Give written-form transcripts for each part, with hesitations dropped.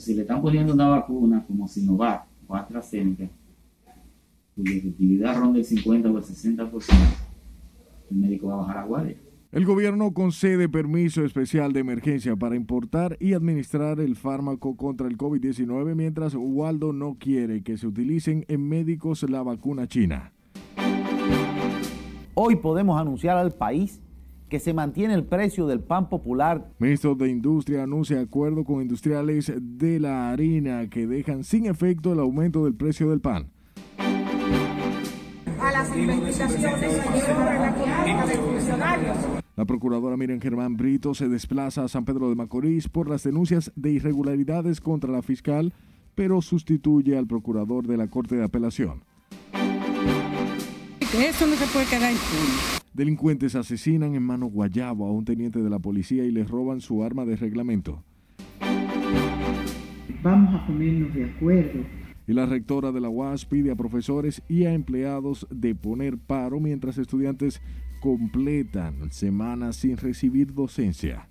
si le están poniendo una vacuna como Sinovac o AstraZeneca, cuya efectividad ronda el 50 o el 60%, el médico va a bajar la guardia. El gobierno concede permiso especial de emergencia para importar y administrar el fármaco contra el COVID-19, mientras Waldo no quiere que se utilicen en médicos la vacuna china. Hoy podemos anunciar al país que se mantiene el precio del pan popular. Ministro de Industria anuncia acuerdo con industriales de la harina que dejan sin efecto el aumento del precio del pan. A las investigaciones sobre la conducta de funcionarios. La procuradora Miriam Germán Brito se desplaza a San Pedro de Macorís por las denuncias de irregularidades contra la fiscal, pero sustituye al procurador de la Corte de Apelación. Eso no se puede quedar impune. Delincuentes asesinan en Mano Guayabo a un teniente de la policía y les roban su arma de reglamento. Vamos a ponernos de acuerdo. Y la rectora de la UAS pide a profesores y a empleados de poner paro mientras estudiantes completan semanas sin recibir docencia.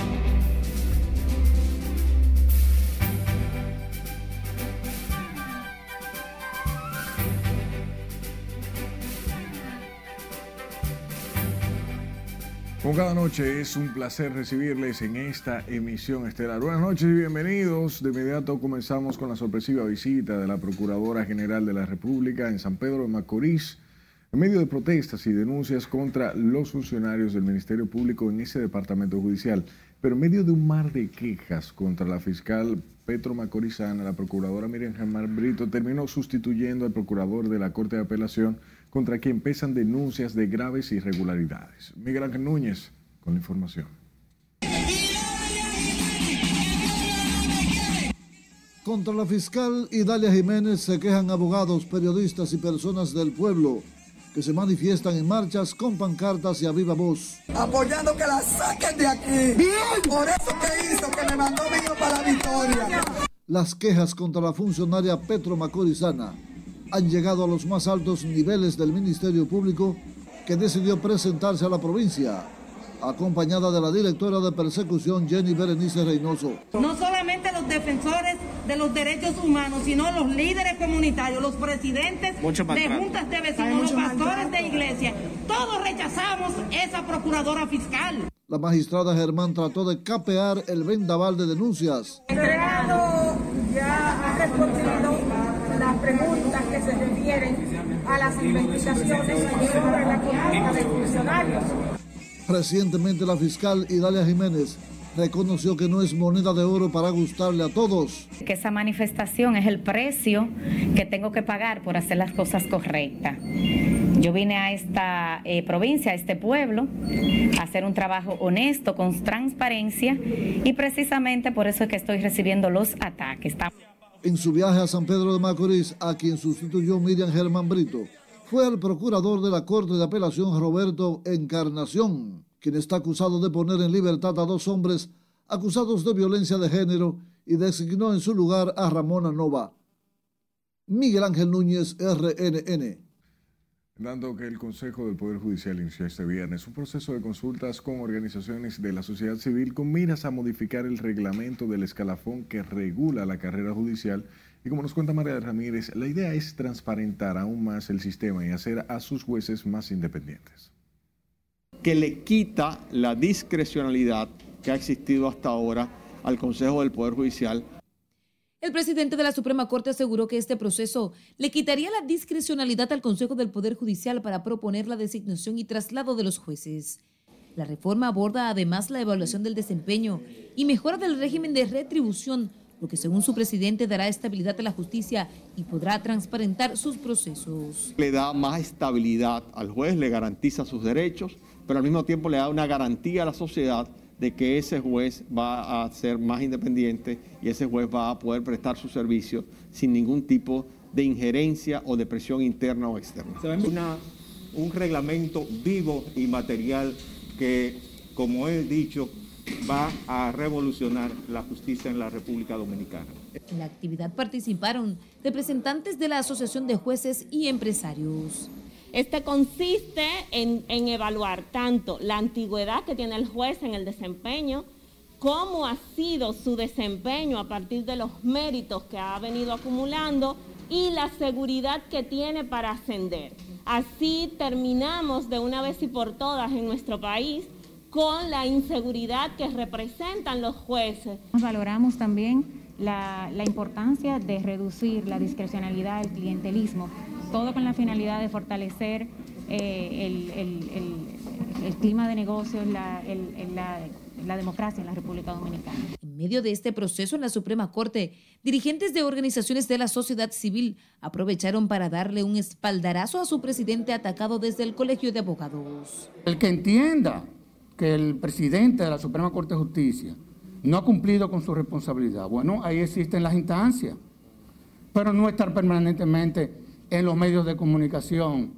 Como cada noche es un placer recibirles en esta emisión estelar. Buenas noches y bienvenidos. De inmediato comenzamos con la sorpresiva visita de la Procuradora General de la República en San Pedro de Macorís, en medio de protestas y denuncias contra los funcionarios del Ministerio Público en ese departamento judicial. Pero en medio de un mar de quejas contra la fiscal Petro Macorizana, la Procuradora Miriam Germán Brito terminó sustituyendo al Procurador de la Corte de Apelación, contra quien pesan denuncias de graves irregularidades. Miguel Ángel Núñez con la información. Contra la fiscal Idalia Jiménez se quejan abogados, periodistas y personas del pueblo que se manifiestan en marchas con pancartas y a viva voz. Apoyando que la saquen de aquí. ¡Bien! Por eso que hizo que me mandó mío para la victoria. Las quejas contra la funcionaria Petro Macorizana han llegado a los más altos niveles del Ministerio Público, que decidió presentarse a la provincia, acompañada de la directora de persecución Jenny Berenice Reynoso. No solamente los defensores de los derechos humanos, sino los líderes comunitarios, los presidentes de juntas de vecinos, los pastores de iglesia, todos rechazamos esa procuradora fiscal. La magistrada Germán trató de capear el vendaval de denuncias. El delegado ya ha respondido las preguntas que se refieren a las investigaciones sobre la conducta de funcionarios. Recientemente la fiscal Idalia Jiménez reconoció que no es moneda de oro para gustarle a todos. Que esa manifestación es el precio que tengo que pagar por hacer las cosas correctas. Yo vine a esta provincia, a este pueblo, a hacer un trabajo honesto, con transparencia, y precisamente por eso es que estoy recibiendo los ataques. En su viaje a San Pedro de Macorís, a quien sustituyó Miriam Germán Brito, fue el procurador de la Corte de Apelación Roberto Encarnación, quien está acusado de poner en libertad a 2 hombres acusados de violencia de género y designó en su lugar a Ramona Nova. Miguel Ángel Núñez, RNN. Dando que el Consejo del Poder Judicial inició este viernes un proceso de consultas con organizaciones de la sociedad civil con miras a modificar el reglamento del escalafón que regula la carrera judicial. Y como nos cuenta María Ramírez, la idea es transparentar aún más el sistema y hacer a sus jueces más independientes. Que le quita la discrecionalidad que ha existido hasta ahora al Consejo del Poder Judicial. El presidente de la Suprema Corte aseguró que este proceso le quitaría la discrecionalidad al Consejo del Poder Judicial para proponer la designación y traslado de los jueces. La reforma aborda además la evaluación del desempeño y mejora del régimen de retribución, lo que según su presidente dará estabilidad a la justicia y podrá transparentar sus procesos. Le da más estabilidad al juez, le garantiza sus derechos, pero al mismo tiempo le da una garantía a la sociedad de que ese juez va a ser más independiente y ese juez va a poder prestar su servicio sin ningún tipo de injerencia o de presión interna o externa. Un reglamento vivo y material que, como he dicho, va a revolucionar la justicia en la República Dominicana. En la actividad participaron representantes de la Asociación de Jueces y Empresarios. Este consiste en evaluar tanto la antigüedad que tiene el juez en el desempeño cómo ha sido su desempeño a partir de los méritos que ha venido acumulando y la seguridad que tiene para ascender. Así terminamos de una vez y por todas en nuestro país con la inseguridad que representan los jueces. Valoramos también la importancia de reducir la discrecionalidad, el clientelismo, todo con la finalidad de fortalecer el clima de negocios, la democracia en la República Dominicana. En medio de este proceso en la Suprema Corte, dirigentes de organizaciones de la sociedad civil aprovecharon para darle un espaldarazo a su presidente atacado desde el Colegio de Abogados. El que entienda que el presidente de la Suprema Corte de Justicia no ha cumplido con su responsabilidad, bueno, ahí existen las instancias, pero no estar permanentemente en los medios de comunicación,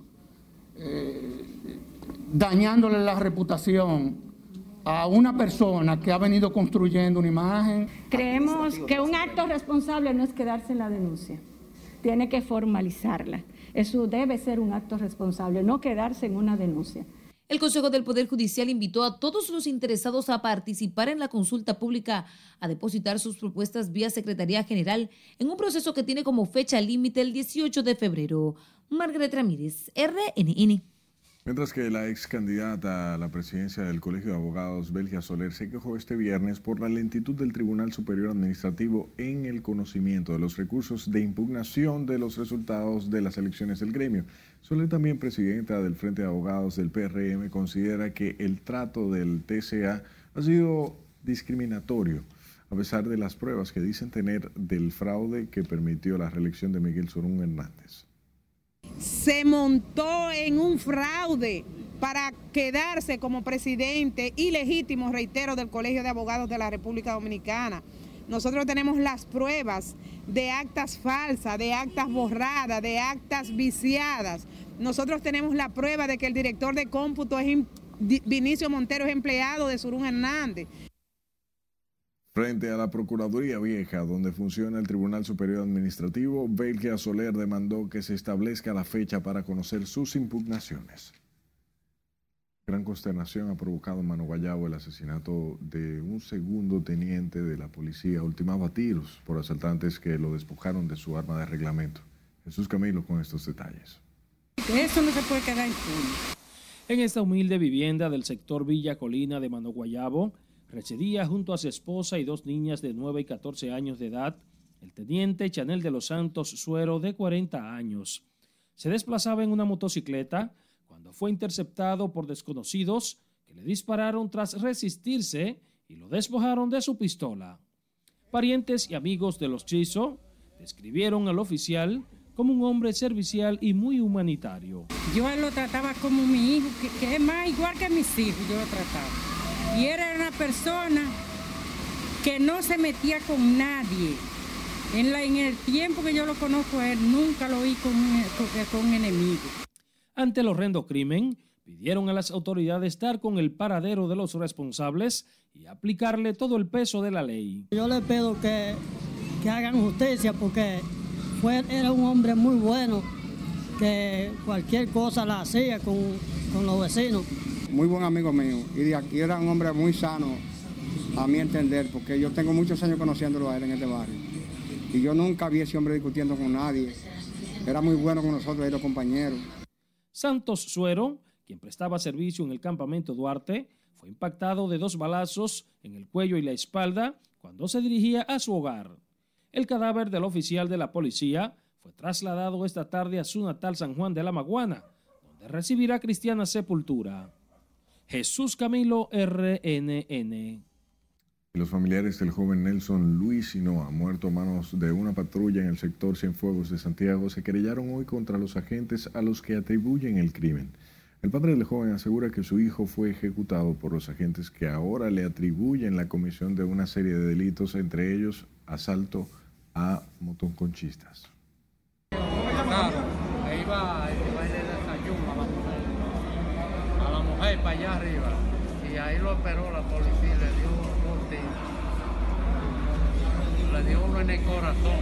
dañándole la reputación a una persona que ha venido construyendo una imagen. Creemos que un acto responsable no es quedarse en la denuncia, tiene que formalizarla. Eso debe ser un acto responsable, no quedarse en una denuncia. El Consejo del Poder Judicial invitó a todos los interesados a participar en la consulta pública, a depositar sus propuestas vía Secretaría General en un proceso que tiene como fecha límite el 18 de febrero. Margaret Ramírez, RNN. Mientras que la ex candidata a la presidencia del Colegio de Abogados, Belgia Soler, se quejó este viernes por la lentitud del Tribunal Superior Administrativo en el conocimiento de los recursos de impugnación de los resultados de las elecciones del gremio. Soler, también presidenta del Frente de Abogados del PRM, considera que el trato del TCA ha sido discriminatorio, a pesar de las pruebas que dicen tener del fraude que permitió la reelección de Miguel Sorún Hernández. Se montó en un fraude para quedarse como presidente ilegítimo, reitero, del Colegio de Abogados de la República Dominicana. Nosotros tenemos las pruebas de actas falsas, de actas borradas, de actas viciadas. Nosotros tenemos la prueba de que el director de cómputo Vinicio Montero es empleado de Sorún Hernández. Frente a la Procuraduría Vieja, donde funciona el Tribunal Superior Administrativo, Belgia Soler demandó que se establezca la fecha para conocer sus impugnaciones. Gran consternación ha provocado en Mano Guayabo el asesinato de un segundo teniente de la policía, ultimado a tiros por asaltantes que lo despojaron de su arma de reglamento. Jesús Camilo con estos detalles. Eso no se puede quedar impune. En esta humilde vivienda del sector Villa Colina de Mano Guayabo, residía junto a su esposa y dos niñas de 9 y 14 años de edad, el teniente Chanel de los Santos Suero, de 40 años. Se desplazaba en una motocicleta cuando fue interceptado por desconocidos que le dispararon tras resistirse y lo despojaron de su pistola. Parientes y amigos de los Chizo describieron al oficial como un hombre servicial y muy humanitario. Yo a él lo trataba como mi hijo, que es más igual que mis hijos, yo lo trataba. Y era una persona que no se metía con nadie. En el tiempo que yo lo conozco, él nunca lo vi con un enemigo. Ante el horrendo crimen, pidieron a las autoridades dar con el paradero de los responsables y aplicarle todo el peso de la ley. Yo le pido que hagan justicia porque era un hombre muy bueno, que cualquier cosa la hacía con los vecinos. Muy buen amigo mío y era un hombre muy sano a mi entender, porque yo tengo muchos años conociéndolo a él en este barrio y yo nunca vi a ese hombre discutiendo con nadie. Era muy bueno con nosotros y los compañeros. Santos Suero, quien prestaba servicio en el campamento Duarte, fue impactado de 2 balazos en el cuello y la espalda cuando se dirigía a su hogar. El cadáver del oficial de la policía fue trasladado esta tarde a su natal San Juan de la Maguana, donde recibirá cristiana sepultura. Jesús Camilo, RNN. Los familiares del joven Nelson Luis Hinoa, muerto a manos de una patrulla en el sector Cienfuegos de Santiago, se querellaron hoy contra los agentes a los que atribuyen el crimen. El padre del joven asegura que su hijo fue ejecutado por los agentes que ahora le atribuyen la comisión de una serie de delitos, entre ellos asalto a motoconchistas. Ahí va el baile de desayuno a la mujer para allá arriba, y ahí lo esperó la policía, le dio un tiro, le dio uno en el corazón.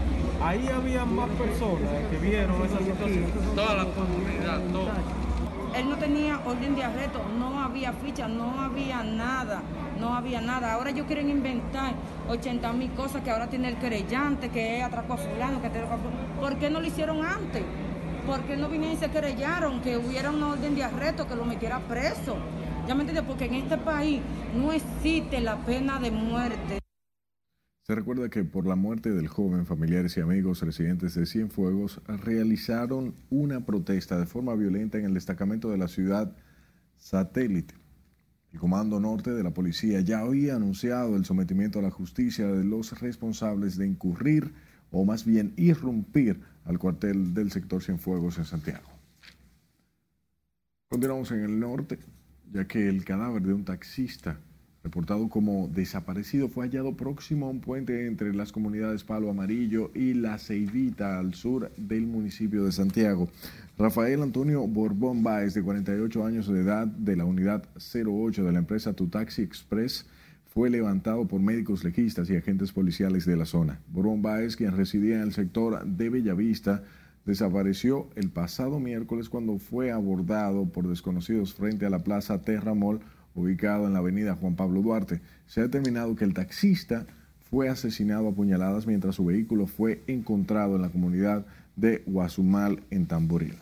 Ahí había más personas que vieron esa situación. Toda la comunidad, toda. Él no tenía orden de arresto, no había ficha, no había nada. Ahora ellos quieren inventar 80,000 cosas, que ahora tiene el querellante, que atracó a fulano, que atracó a fulano. ¿Por qué no lo hicieron antes? ¿Por qué no vinieron y se querellaron? Que hubiera una orden de arresto, que lo metiera preso. ¿Ya me entiendes? Porque en este país no existe la pena de muerte. Se recuerda que por la muerte del joven, familiares y amigos residentes de Cienfuegos realizaron una protesta de forma violenta en el destacamento de la ciudad satélite. El Comando Norte de la Policía ya había anunciado el sometimiento a la justicia de los responsables de incurrir, o más bien irrumpir, al cuartel del sector Cienfuegos en Santiago. Continuamos en el norte, ya que el cadáver de un taxista reportado como desaparecido fue hallado próximo a un puente entre las comunidades Palo Amarillo y La Ceibita, al sur del municipio de Santiago. Rafael Antonio Borbón Báez, de 48 años de edad, de la unidad 08 de la empresa Tu Taxi Express, fue levantado por médicos legistas y agentes policiales de la zona. Borbón Báez, quien residía en el sector de Bellavista, desapareció el pasado miércoles cuando fue abordado por desconocidos frente a la plaza Terra Mall, ubicado en la avenida Juan Pablo Duarte. Se ha determinado que el taxista fue asesinado a puñaladas mientras su vehículo fue encontrado en la comunidad de Guazumal, en Tamboril.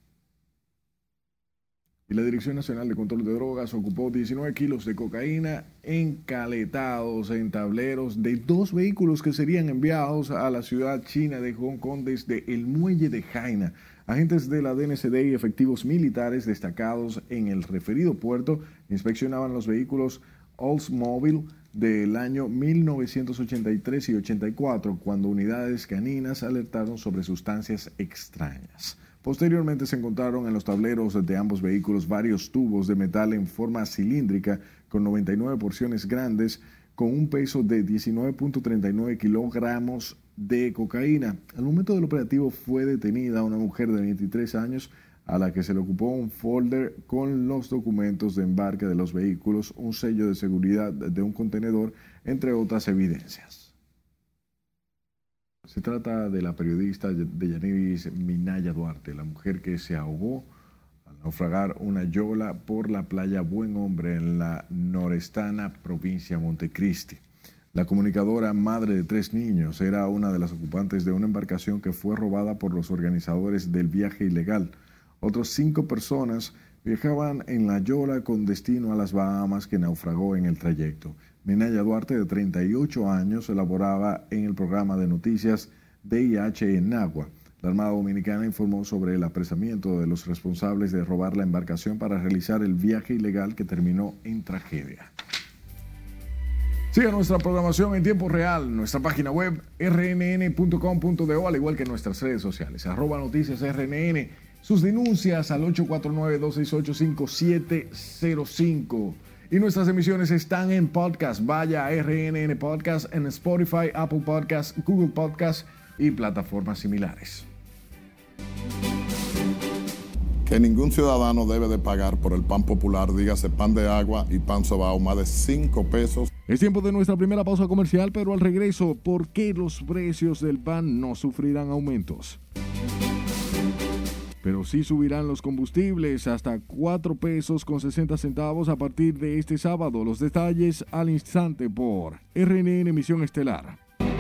Y la Dirección Nacional de Control de Drogas ocupó 19 kilos de cocaína encaletados en tableros de 2 vehículos que serían enviados a la ciudad china de Hong Kong desde el muelle de Jaina. Agentes de la DNCD y efectivos militares destacados en el referido puerto inspeccionaban los vehículos Oldsmobile del año 1983 y 84, cuando unidades caninas alertaron sobre sustancias extrañas. Posteriormente se encontraron en los tableros de ambos vehículos varios tubos de metal en forma cilíndrica con 99 porciones grandes, con un peso de 19.39 kilogramos de cocaína. Al momento del operativo fue detenida una mujer de 23 años a la que se le ocupó un folder con los documentos de embarque de los vehículos, un sello de seguridad de un contenedor, entre otras evidencias. Se trata de la periodista Deyaniris Minaya Duarte, la mujer que se ahogó al naufragar una yola por la playa Buen Hombre en la norestana provincia Montecristi. La comunicadora, madre de 3 niños, era una de las ocupantes de una embarcación que fue robada por los organizadores del viaje ilegal. Otras 5 personas viajaban en la yola con destino a las Bahamas, que naufragó en el trayecto. Minaya Duarte, de 38 años, elaboraba en el programa de noticias DIH en Nagua. La Armada Dominicana informó sobre el apresamiento de los responsables de robar la embarcación para realizar el viaje ilegal que terminó en tragedia. Siga nuestra programación en tiempo real, nuestra página web rnn.com.do, al igual que nuestras redes sociales, @noticiasrnn. Sus denuncias al 849-268-5705. Y nuestras emisiones están en podcast. Vaya a RNN Podcast en Spotify, Apple Podcast, Google Podcast y plataformas similares. Que ningún ciudadano debe de pagar por el pan popular, dígase pan de agua y pan sobao, más de 5 pesos. Es tiempo de nuestra primera pausa comercial, pero al regreso, ¿por qué los precios del pan no sufrirán aumentos? Pero sí subirán los combustibles hasta 4 pesos con 60 centavos a partir de este sábado. Los detalles al instante por RNN Emisión Estelar.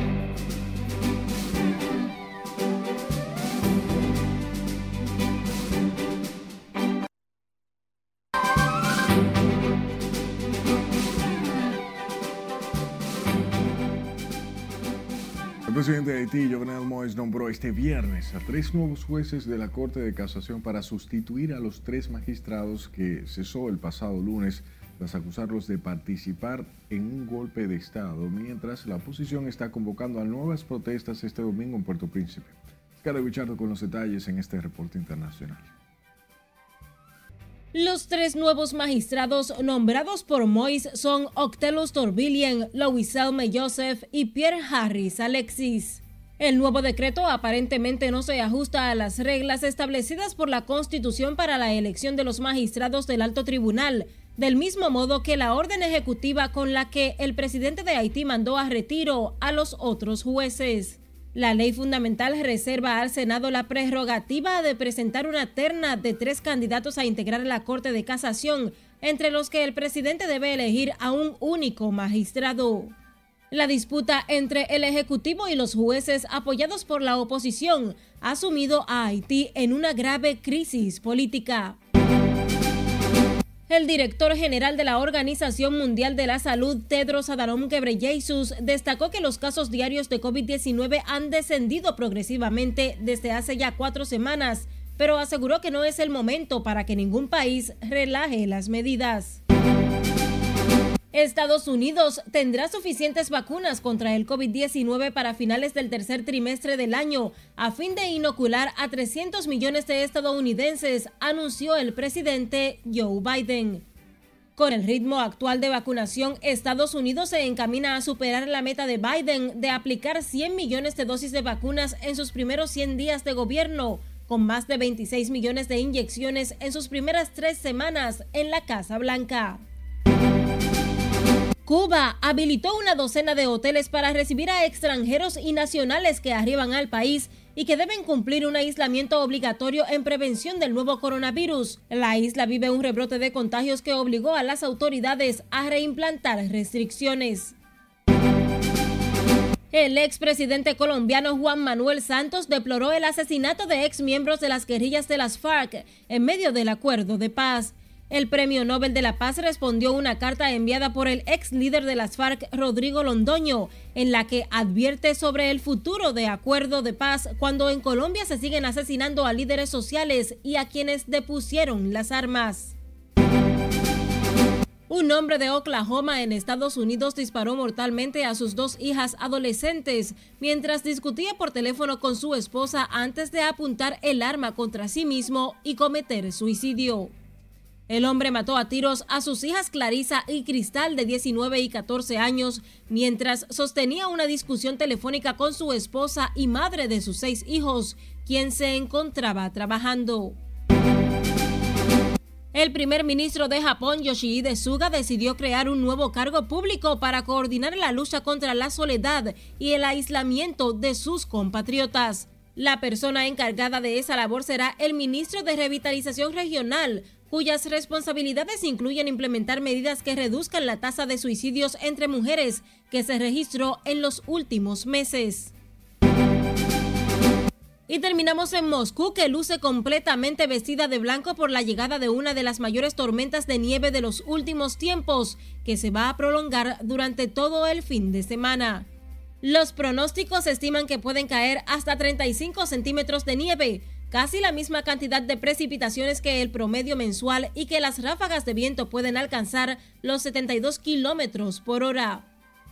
El presidente de Haití, Jovenel Moïse, nombró este viernes a 3 nuevos jueces de la Corte de Casación para sustituir a los 3 magistrados que cesó el pasado lunes tras acusarlos de participar en un golpe de Estado, mientras la oposición está convocando a nuevas protestas este domingo en Puerto Príncipe. Carlos Bichardo con los detalles en este reporte internacional. Los 3 nuevos magistrados nombrados por Moïse son Octelus Torvilien, Louis-Selme Joseph y Pierre Harris Alexis. El nuevo decreto aparentemente no se ajusta a las reglas establecidas por la Constitución para la elección de los magistrados del Alto Tribunal, del mismo modo que la orden ejecutiva con la que el presidente de Haití mandó a retiro a los otros jueces. La ley fundamental reserva al Senado la prerrogativa de presentar una terna de 3 candidatos a integrar la Corte de Casación, entre los que el presidente debe elegir a un único magistrado. La disputa entre el Ejecutivo y los jueces apoyados por la oposición ha sumido a Haití en una grave crisis política. El director general de la Organización Mundial de la Salud, Tedros Adhanom Ghebreyesus, destacó que los casos diarios de COVID-19 han descendido progresivamente desde hace ya 4 semanas, pero aseguró que no es el momento para que ningún país relaje las medidas. Estados Unidos tendrá suficientes vacunas contra el COVID-19 para finales del tercer trimestre del año, a fin de inocular a 300 millones de estadounidenses, anunció el presidente Joe Biden. Con el ritmo actual de vacunación, Estados Unidos se encamina a superar la meta de Biden de aplicar 100 millones de dosis de vacunas en sus primeros 100 días de gobierno, con más de 26 millones de inyecciones en sus primeras 3 semanas en la Casa Blanca. Cuba habilitó una docena de hoteles para recibir a extranjeros y nacionales que arriban al país y que deben cumplir un aislamiento obligatorio en prevención del nuevo coronavirus. La isla vive un rebrote de contagios que obligó a las autoridades a reimplantar restricciones. El expresidente colombiano Juan Manuel Santos deploró el asesinato de exmiembros de las guerrillas de las FARC en medio del acuerdo de paz. El Premio Nobel de la Paz respondió una carta enviada por el ex líder de las FARC, Rodrigo Londoño, en la que advierte sobre el futuro de acuerdo de paz cuando en Colombia se siguen asesinando a líderes sociales y a quienes depusieron las armas. Un hombre de Oklahoma en Estados Unidos disparó mortalmente a sus 2 hijas adolescentes mientras discutía por teléfono con su esposa antes de apuntar el arma contra sí mismo y cometer suicidio. El hombre mató a tiros a sus hijas Clarisa y Cristal, de 19 y 14 años, mientras sostenía una discusión telefónica con su esposa y madre de sus 6 hijos, quien se encontraba trabajando. El primer ministro de Japón, Yoshihide Suga, decidió crear un nuevo cargo público para coordinar la lucha contra la soledad y el aislamiento de sus compatriotas. La persona encargada de esa labor será el ministro de Revitalización Regional, cuyas responsabilidades incluyen implementar medidas que reduzcan la tasa de suicidios entre mujeres que se registró en los últimos meses. Y terminamos en Moscú, que luce completamente vestida de blanco por la llegada de una de las mayores tormentas de nieve de los últimos tiempos, que se va a prolongar durante todo el fin de semana. Los pronósticos estiman que pueden caer hasta 35 centímetros de nieve, casi la misma cantidad de precipitaciones que el promedio mensual, y que las ráfagas de viento pueden alcanzar los 72 kilómetros por hora.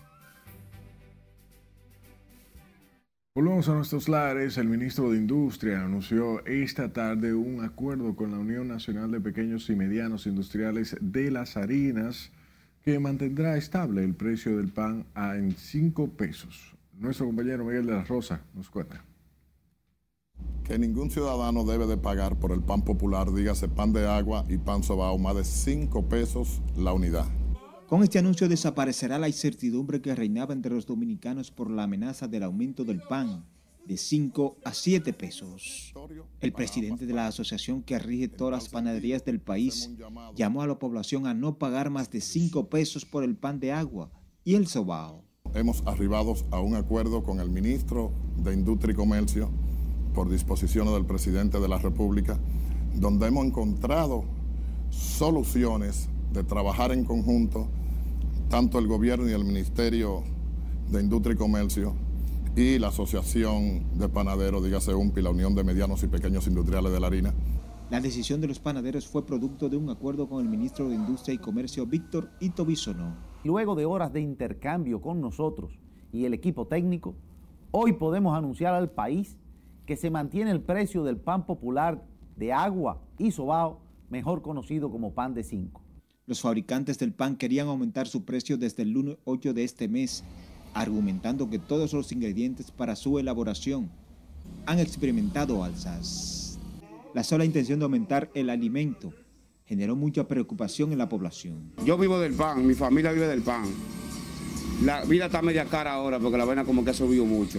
Volvemos a nuestros lares. El ministro de Industria anunció esta tarde un acuerdo con la Unión Nacional de Pequeños y Medianos Industriales de las Harinas que mantendrá estable el precio del pan en 5 pesos. Nuestro compañero Miguel de la Rosa nos cuenta. Que ningún ciudadano debe de pagar por el pan popular, dígase pan de agua y pan sobao, más de 5 pesos la unidad. Con este anuncio desaparecerá la incertidumbre que reinaba entre los dominicanos por la amenaza del aumento del pan de 5 a 7 pesos. El presidente de la asociación que rige todas las panaderías del país llamó a la población a no pagar más de 5 pesos por el pan de agua y el sobao. Hemos arribado a un acuerdo con el ministro de Industria y Comercio por disposiciones del presidente de la República, donde hemos encontrado soluciones de trabajar en conjunto, tanto el gobierno y el Ministerio de Industria y Comercio y la Asociación de Panaderos, dígase UMPI, la Unión de Medianos y Pequeños Industriales de la Harina. La decisión de los panaderos fue producto de un acuerdo con el ministro de Industria y Comercio, Víctor Ito Bisonó. Luego de horas de intercambio con nosotros y el equipo técnico, hoy podemos anunciar al país que se mantiene el precio del pan popular de agua y sobao, mejor conocido como pan de 5. Los fabricantes del pan querían aumentar su precio desde el lunes 8 de este mes, argumentando que todos los ingredientes para su elaboración han experimentado alzas. La sola intención de aumentar el alimento generó mucha preocupación en la población. Yo vivo del pan, mi familia vive del pan. La vida está media cara ahora porque la vaina como que ha subido mucho.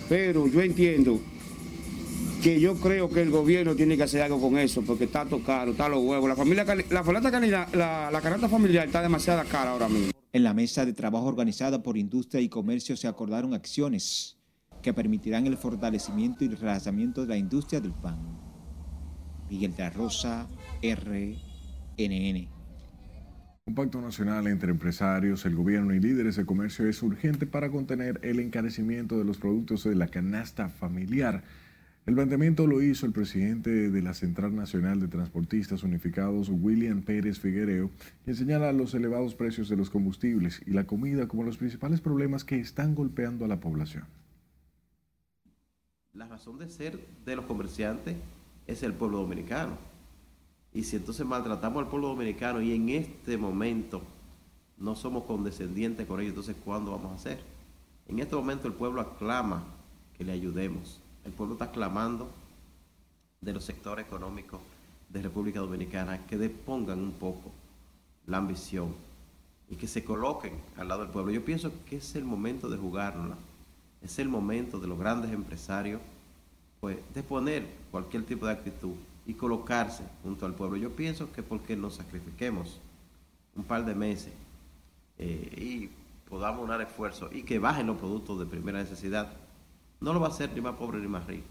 Pero yo entiendo que yo creo que el gobierno tiene que hacer algo con eso, porque está todo caro, está los huevos. La canasta familiar está demasiado cara ahora mismo. En la mesa de trabajo organizada por Industria y Comercio se acordaron acciones que permitirán el fortalecimiento y el relanzamiento de la industria del pan. Miguel de la Rosa, RNN. Un pacto nacional entre empresarios, el gobierno y líderes de comercio es urgente para contener el encarecimiento de los productos de la canasta familiar. El planteamiento lo hizo el presidente de la Central Nacional de Transportistas Unificados, William Pérez Figuereo, quien señala los elevados precios de los combustibles y la comida como los principales problemas que están golpeando a la población. La razón de ser de los comerciantes es el pueblo dominicano. Y si entonces maltratamos al pueblo dominicano y en este momento no somos condescendientes con ellos, entonces ¿cuándo vamos a hacer? En este momento el pueblo aclama que le ayudemos. El pueblo está clamando de los sectores económicos de República Dominicana que depongan un poco la ambición y que se coloquen al lado del pueblo. Yo pienso que es el momento de jugárnosla, es el momento de los grandes empresarios pues, de poner cualquier tipo de actitud y colocarse junto al pueblo. Yo pienso que porque nos sacrifiquemos un par de meses y podamos dar esfuerzo y que bajen los productos de primera necesidad, no lo va a hacer ni más pobre ni más rico.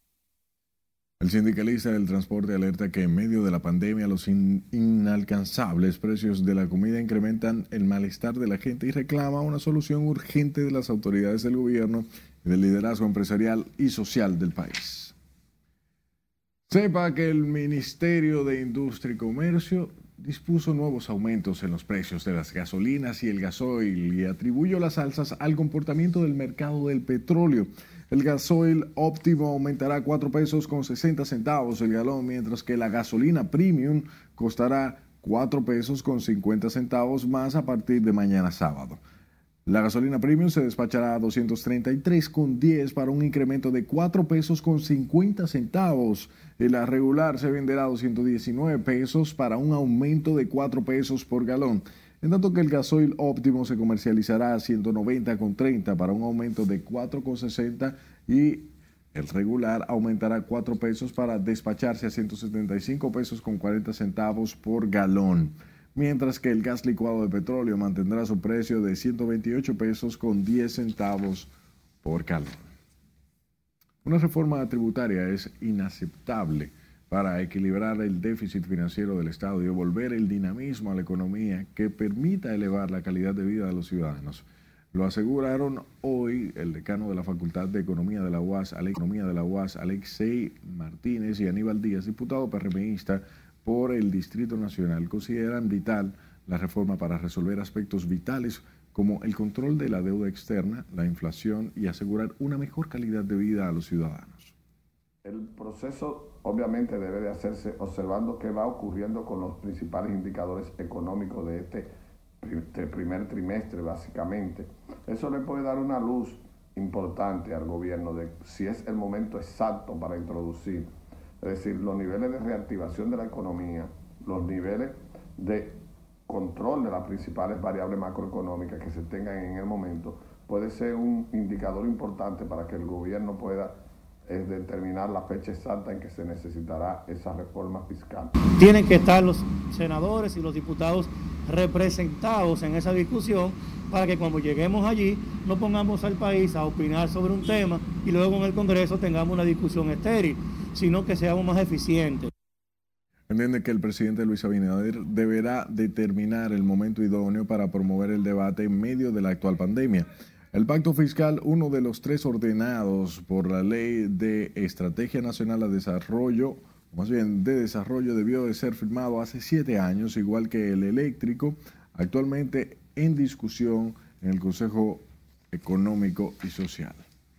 El sindicalista del transporte alerta que en medio de la pandemia los inalcanzables precios de la comida incrementan el malestar de la gente y reclama una solución urgente de las autoridades del gobierno y del liderazgo empresarial y social del país. Sepa que el Ministerio de Industria y Comercio dispuso nuevos aumentos en los precios de las gasolinas y el gasoil y atribuyó las alzas al comportamiento del mercado del petróleo. El gasoil óptimo aumentará 4 pesos con 60 centavos el galón, mientras que la gasolina premium costará 4 pesos con 50 centavos más a partir de mañana sábado. La gasolina premium se despachará a 233,10 para un incremento de 4 pesos con 50 centavos. Y la regular se venderá a 219 pesos para un aumento de 4 pesos por galón. En tanto que el gasoil óptimo se comercializará a 190,30 para un aumento de 4,60 y el regular aumentará 4 pesos para despacharse a 175 pesos con 40 centavos por galón. Mientras que el gas licuado de petróleo mantendrá su precio de 128 pesos con 10 centavos por galón. Una reforma tributaria es inaceptable para equilibrar el déficit financiero del Estado y devolver el dinamismo a la economía que permita elevar la calidad de vida de los ciudadanos. Lo aseguraron hoy el decano de la Facultad de Economía de la UAS, Alexei Martínez, y Aníbal Díaz, diputado PRMista por el Distrito Nacional. Consideran vital la reforma para resolver aspectos vitales como el control de la deuda externa, la inflación y asegurar una mejor calidad de vida a los ciudadanos. El proceso obviamente debe de hacerse observando qué va ocurriendo con los principales indicadores económicos de este primer trimestre, básicamente. Eso le puede dar una luz importante al gobierno de si es el momento exacto para introducir, es decir, los niveles de reactivación de la economía, los niveles de control de las principales variables macroeconómicas que se tengan en el momento, puede ser un indicador importante para que el gobierno pueda determinar la fecha exacta en que se necesitará esa reforma fiscal. Tienen que estar los senadores y los diputados representados en esa discusión para que cuando lleguemos allí no pongamos al país a opinar sobre un tema y luego en el Congreso tengamos una discusión estéril, sino que seamos más eficientes. Entiende que el presidente Luis Abinader deberá determinar el momento idóneo para promover el debate en medio de la actual pandemia. El pacto fiscal, uno de los 3 ordenados por la Ley de Estrategia Nacional de Desarrollo, debió de ser firmado hace 7 años, igual que el eléctrico, actualmente en discusión en el Consejo Económico y Social.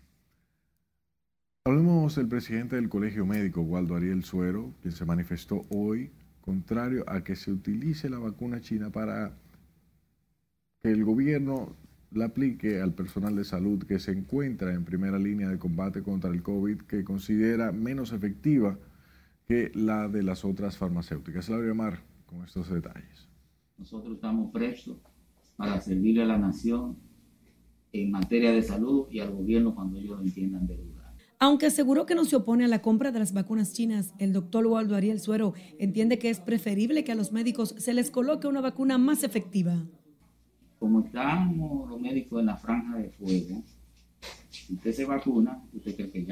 Hablemos del presidente del Colegio Médico, Waldo Ariel Suero, quien se manifestó hoy contrario a que se utilice la vacuna china para que el gobierno la aplique al personal de salud que se encuentra en primera línea de combate contra el COVID, que considera menos efectiva que la de las otras farmacéuticas. Laura Mar con estos detalles. Nosotros estamos prestos para servirle a la nación en materia de salud y al gobierno cuando ellos lo entiendan de lugar. Aunque aseguró que no se opone a la compra de las vacunas chinas, el doctor Waldo Ariel Suero entiende que es preferible que a los médicos se les coloque una vacuna más efectiva. Como estamos los médicos en la franja de fuego, si usted se vacuna, usted cree que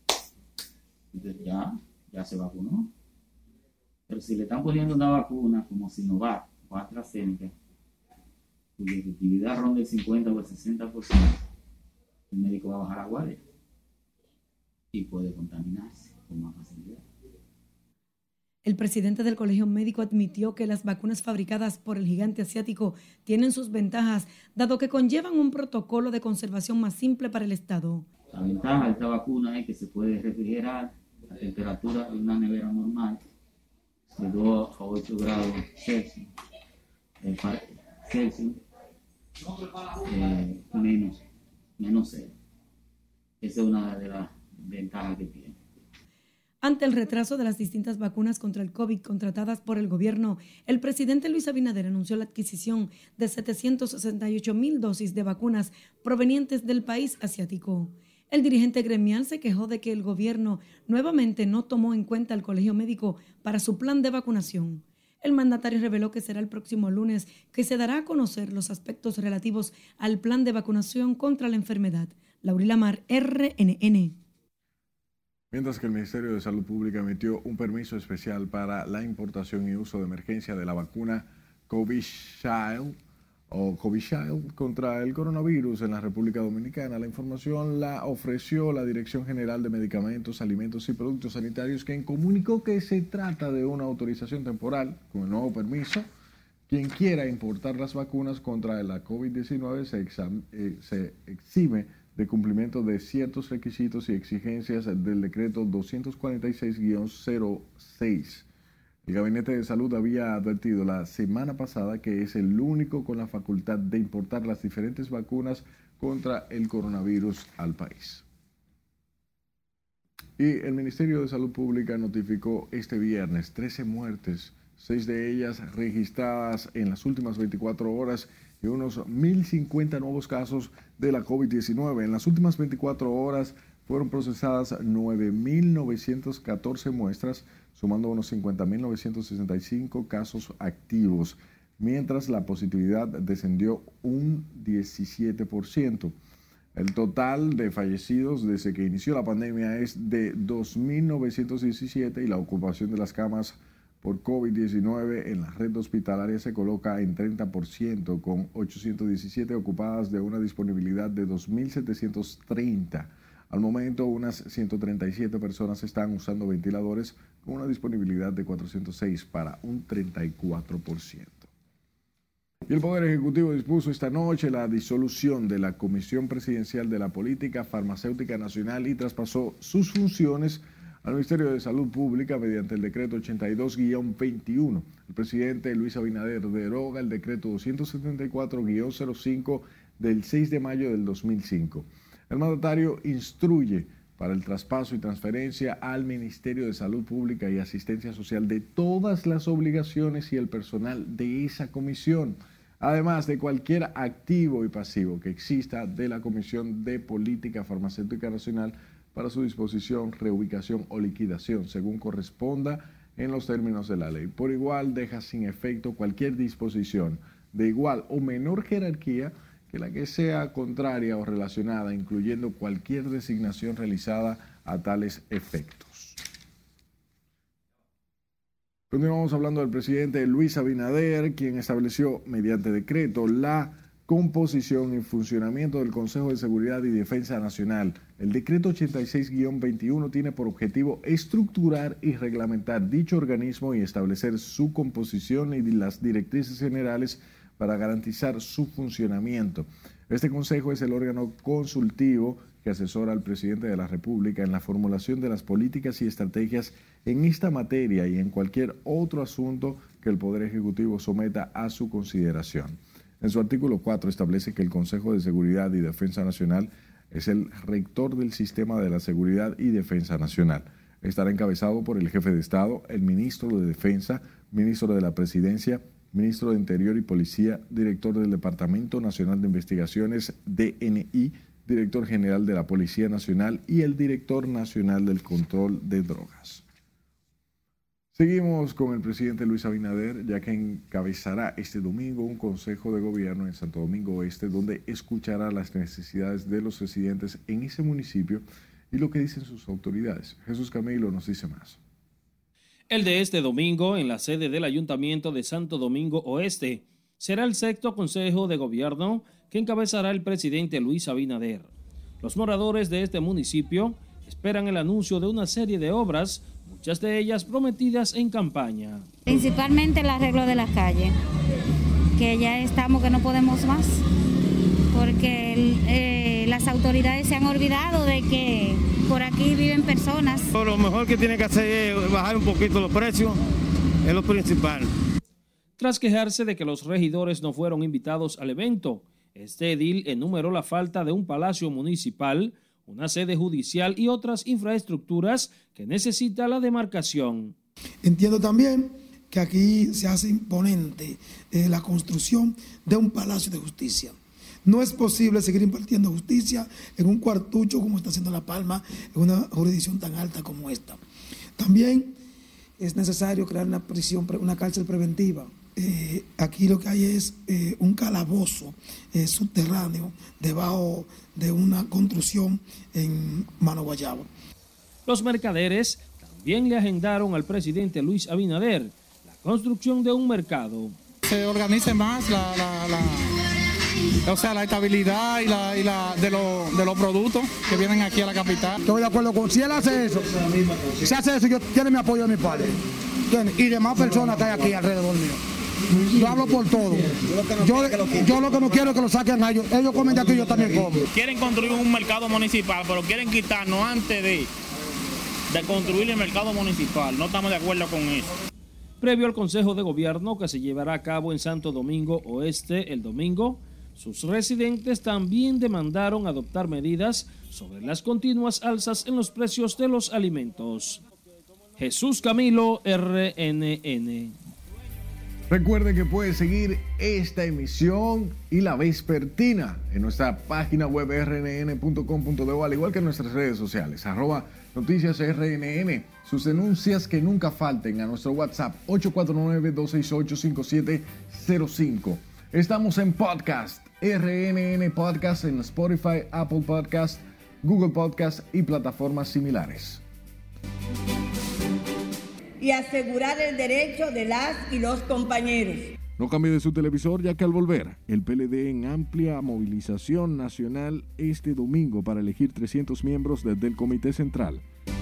ya se vacunó. Pero si le están poniendo una vacuna como Sinovac o AstraZeneca, cuya efectividad ronda el 50 o el 60%, el médico va a bajar la guardia y puede contaminarse con más facilidad. El presidente del Colegio Médico admitió que las vacunas fabricadas por el gigante asiático tienen sus ventajas, dado que conllevan un protocolo de conservación más simple para el Estado. La ventaja de esta vacuna es que se puede refrigerar a temperatura de una nevera normal, de 2 a 8 grados Celsius, menos 0. Esa es una de las ventajas que tiene. Ante el retraso de las distintas vacunas contra el COVID contratadas por el gobierno, el presidente Luis Abinader anunció la adquisición de 768,000 dosis de vacunas provenientes del país asiático. El dirigente gremial se quejó de que el gobierno nuevamente no tomó en cuenta al Colegio Médico para su plan de vacunación. El mandatario reveló que será el próximo lunes que se dará a conocer los aspectos relativos al plan de vacunación contra la enfermedad. Laurila Mar, RNN. Mientras que el Ministerio de Salud Pública emitió un permiso especial para la importación y uso de emergencia de la vacuna Covishield contra el coronavirus en la República Dominicana. La información la ofreció la Dirección General de Medicamentos, Alimentos y Productos Sanitarios, quien comunicó que se trata de una autorización temporal con el nuevo permiso. Quien quiera importar las vacunas contra la COVID-19 se exime de cumplimiento de ciertos requisitos y exigencias del decreto 246-06. El Gabinete de Salud había advertido la semana pasada que es el único con la facultad de importar las diferentes vacunas contra el coronavirus al país. Y el Ministerio de Salud Pública notificó este viernes 13 muertes, 6 de ellas registradas en las últimas 24 horas y unos 1.050 nuevos casos de la COVID-19. En las últimas 24 horas fueron procesadas 9.914 muestras, sumando unos 50.965 casos activos, mientras la positividad descendió un 17%. El total de fallecidos desde que inició la pandemia es de 2.917 y la ocupación de las camas por COVID-19 en la red hospitalaria se coloca en 30%, con 817 ocupadas de una disponibilidad de 2.730. Al momento, unas 137 personas están usando ventiladores con una disponibilidad de 406 para un 34%. Y el Poder Ejecutivo dispuso esta noche la disolución de la Comisión Presidencial de la Política Farmacéutica Nacional y traspasó sus funciones al Ministerio de Salud Pública mediante el decreto 82-21. El presidente Luis Abinader deroga el decreto 274-05 del 6 de mayo del 2005. El mandatario instruye para el traspaso y transferencia al Ministerio de Salud Pública y Asistencia Social de todas las obligaciones y el personal de esa comisión, además de cualquier activo y pasivo que exista de la Comisión de Política Farmacéutica Nacional para su disposición, reubicación o liquidación, según corresponda en los términos de la ley. Por igual, deja sin efecto cualquier disposición de igual o menor jerarquía que la que sea contraria o relacionada, incluyendo cualquier designación realizada a tales efectos. Continuamos hablando del presidente Luis Abinader, quien estableció mediante decreto la composición y funcionamiento del Consejo de Seguridad y Defensa Nacional. El decreto 86-21 tiene por objetivo estructurar y reglamentar dicho organismo y establecer su composición y las directrices generales para garantizar su funcionamiento. Este consejo es el órgano consultivo que asesora al presidente de la República en la formulación de las políticas y estrategias en esta materia y en cualquier otro asunto que el Poder Ejecutivo someta a su consideración. En su artículo 4 establece que el Consejo de Seguridad y Defensa Nacional es el rector del sistema de la seguridad y defensa nacional. Estará encabezado por el jefe de Estado, el ministro de Defensa, ministro de la Presidencia, ministro de Interior y Policía, director del Departamento Nacional de Investigaciones, DNI, director general de la Policía Nacional y el director nacional del Control de Drogas. Seguimos con el presidente Luis Abinader, ya que encabezará este domingo un consejo de gobierno en Santo Domingo Oeste, donde escuchará las necesidades de los residentes en ese municipio y lo que dicen sus autoridades. Jesús Camilo nos dice más. El de este domingo, en la sede del Ayuntamiento de Santo Domingo Oeste, será el 6º Consejo de Gobierno que encabezará el presidente Luis Abinader. Los moradores de este municipio esperan el anuncio de una serie de obras, muchas de ellas prometidas en campaña. Principalmente el arreglo de la calle, que ya estamos que no podemos más, porque las autoridades se han olvidado de que por aquí viven personas. Lo mejor que tiene que hacer es bajar un poquito los precios, es lo principal. Tras quejarse de que los regidores no fueron invitados al evento, este edil enumeró la falta de un palacio municipal, una sede judicial y otras infraestructuras que necesita la demarcación. Entiendo también que aquí se hace imponente la construcción de un palacio de justicia. No es posible seguir impartiendo justicia en un cuartucho como está haciendo La Palma, en una jurisdicción tan alta como esta. También es necesario crear una prisión, una cárcel preventiva. Aquí lo que hay es un calabozo subterráneo debajo de una construcción en Mano Guayabo. Los mercaderes también le agendaron al presidente Luis Abinader la construcción de un mercado. Se organice más la estabilidad de los productos que vienen aquí a la capital. Estoy de acuerdo con, si él hace eso, yo tiene mi apoyo de mi padre y demás personas que hay aquí alrededor mío. Yo hablo por todo. Yo lo que no quiero es que lo saquen a ellos. Ellos comen de aquí y yo también como. Quieren construir un mercado municipal, pero quieren quitarnos antes de construir el mercado municipal. No estamos de acuerdo con eso. Previo al Consejo de Gobierno que se llevará a cabo en Santo Domingo Oeste el domingo, sus residentes también demandaron adoptar medidas sobre las continuas alzas en los precios de los alimentos. Jesús Camilo, RNN. Recuerde que puede seguir esta emisión y la vespertina en nuestra página web rnn.com.do, al igual que en nuestras redes sociales, @noticiasrnn. Sus denuncias que nunca falten a nuestro WhatsApp 849-268-5705. Estamos en podcast, RNN Podcast en Spotify, Apple Podcast, Google Podcast y plataformas similares. Y asegurar el derecho de las y los compañeros. No cambie de su televisor, ya que al volver, el PLD en amplia movilización nacional este domingo para elegir 300 miembros del Comité Central.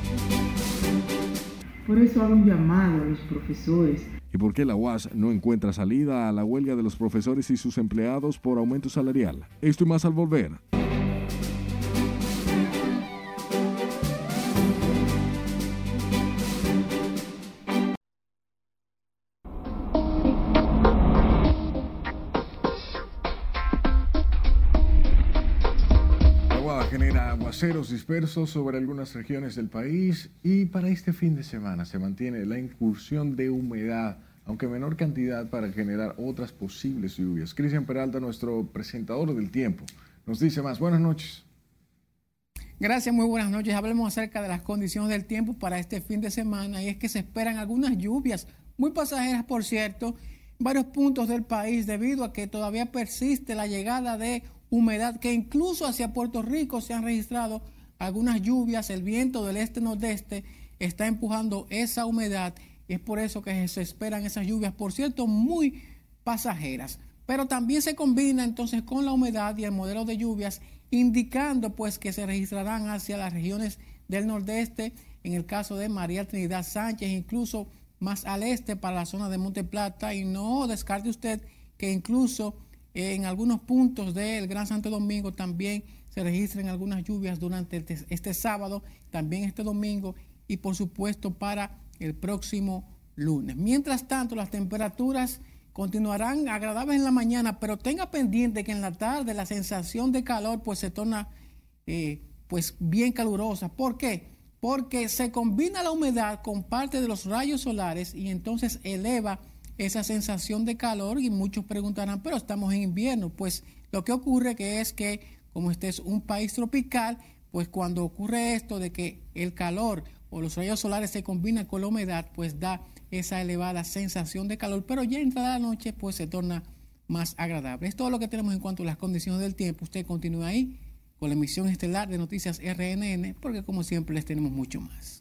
Por eso hago un llamado a los profesores. ¿Y por qué la UAS no encuentra salida a la huelga de los profesores y sus empleados por aumento salarial? Esto y más al volver. Genera aguaceros dispersos sobre algunas regiones del país y para este fin de semana se mantiene la incursión de humedad, aunque en menor cantidad, para generar otras posibles lluvias. Cristian Peralta, nuestro presentador del tiempo, nos dice más. Buenas noches. Gracias, muy buenas noches. Hablemos acerca de las condiciones del tiempo para este fin de semana y es que se esperan algunas lluvias, muy pasajeras por cierto, en varios puntos del país debido a que todavía persiste la llegada de humedad, que incluso hacia Puerto Rico se han registrado algunas lluvias. El viento del este-nordeste está empujando esa humedad y es por eso que se esperan esas lluvias, por cierto, muy pasajeras. Pero también se combina entonces con la humedad y el modelo de lluvias, indicando pues que se registrarán hacia las regiones del nordeste, en el caso de María Trinidad Sánchez, incluso más al este para la zona de Monte Plata, y no descarte usted que incluso en algunos puntos del Gran Santo Domingo también se registran algunas lluvias durante este sábado, también este domingo y por supuesto para el próximo lunes. Mientras tanto, las temperaturas continuarán agradables en la mañana, pero tenga pendiente que en la tarde la sensación de calor pues se torna pues bien calurosa. ¿Por qué? Porque se combina la humedad con parte de los rayos solares y entonces eleva esa sensación de calor y muchos preguntarán, pero estamos en invierno. Pues lo que ocurre es que como este es un país tropical, pues cuando ocurre esto de que el calor o los rayos solares se combinan con la humedad, pues da esa elevada sensación de calor, pero ya entrada la noche pues se torna más agradable. Es todo lo que tenemos en cuanto a las condiciones del tiempo. Usted continúa ahí con la emisión estelar de Noticias RNN, porque como siempre les tenemos mucho más.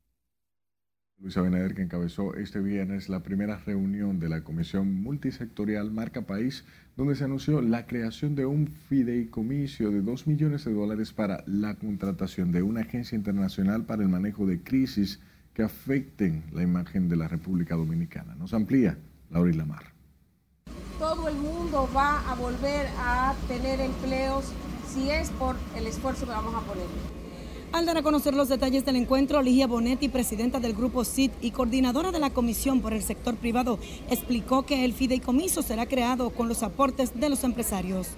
Luis Abinader, que encabezó este viernes la primera reunión de la Comisión Multisectorial Marca País, donde se anunció la creación de un fideicomiso de $2 millones para la contratación de una agencia internacional para el manejo de crisis que afecten la imagen de la República Dominicana. Nos amplía Laura Lamar. Todo el mundo va a volver a tener empleos si es por el esfuerzo que vamos a poner. Al dar a conocer los detalles del encuentro, Ligia Bonetti, presidenta del Grupo CID y coordinadora de la Comisión por el Sector Privado, explicó que el fideicomiso será creado con los aportes de los empresarios.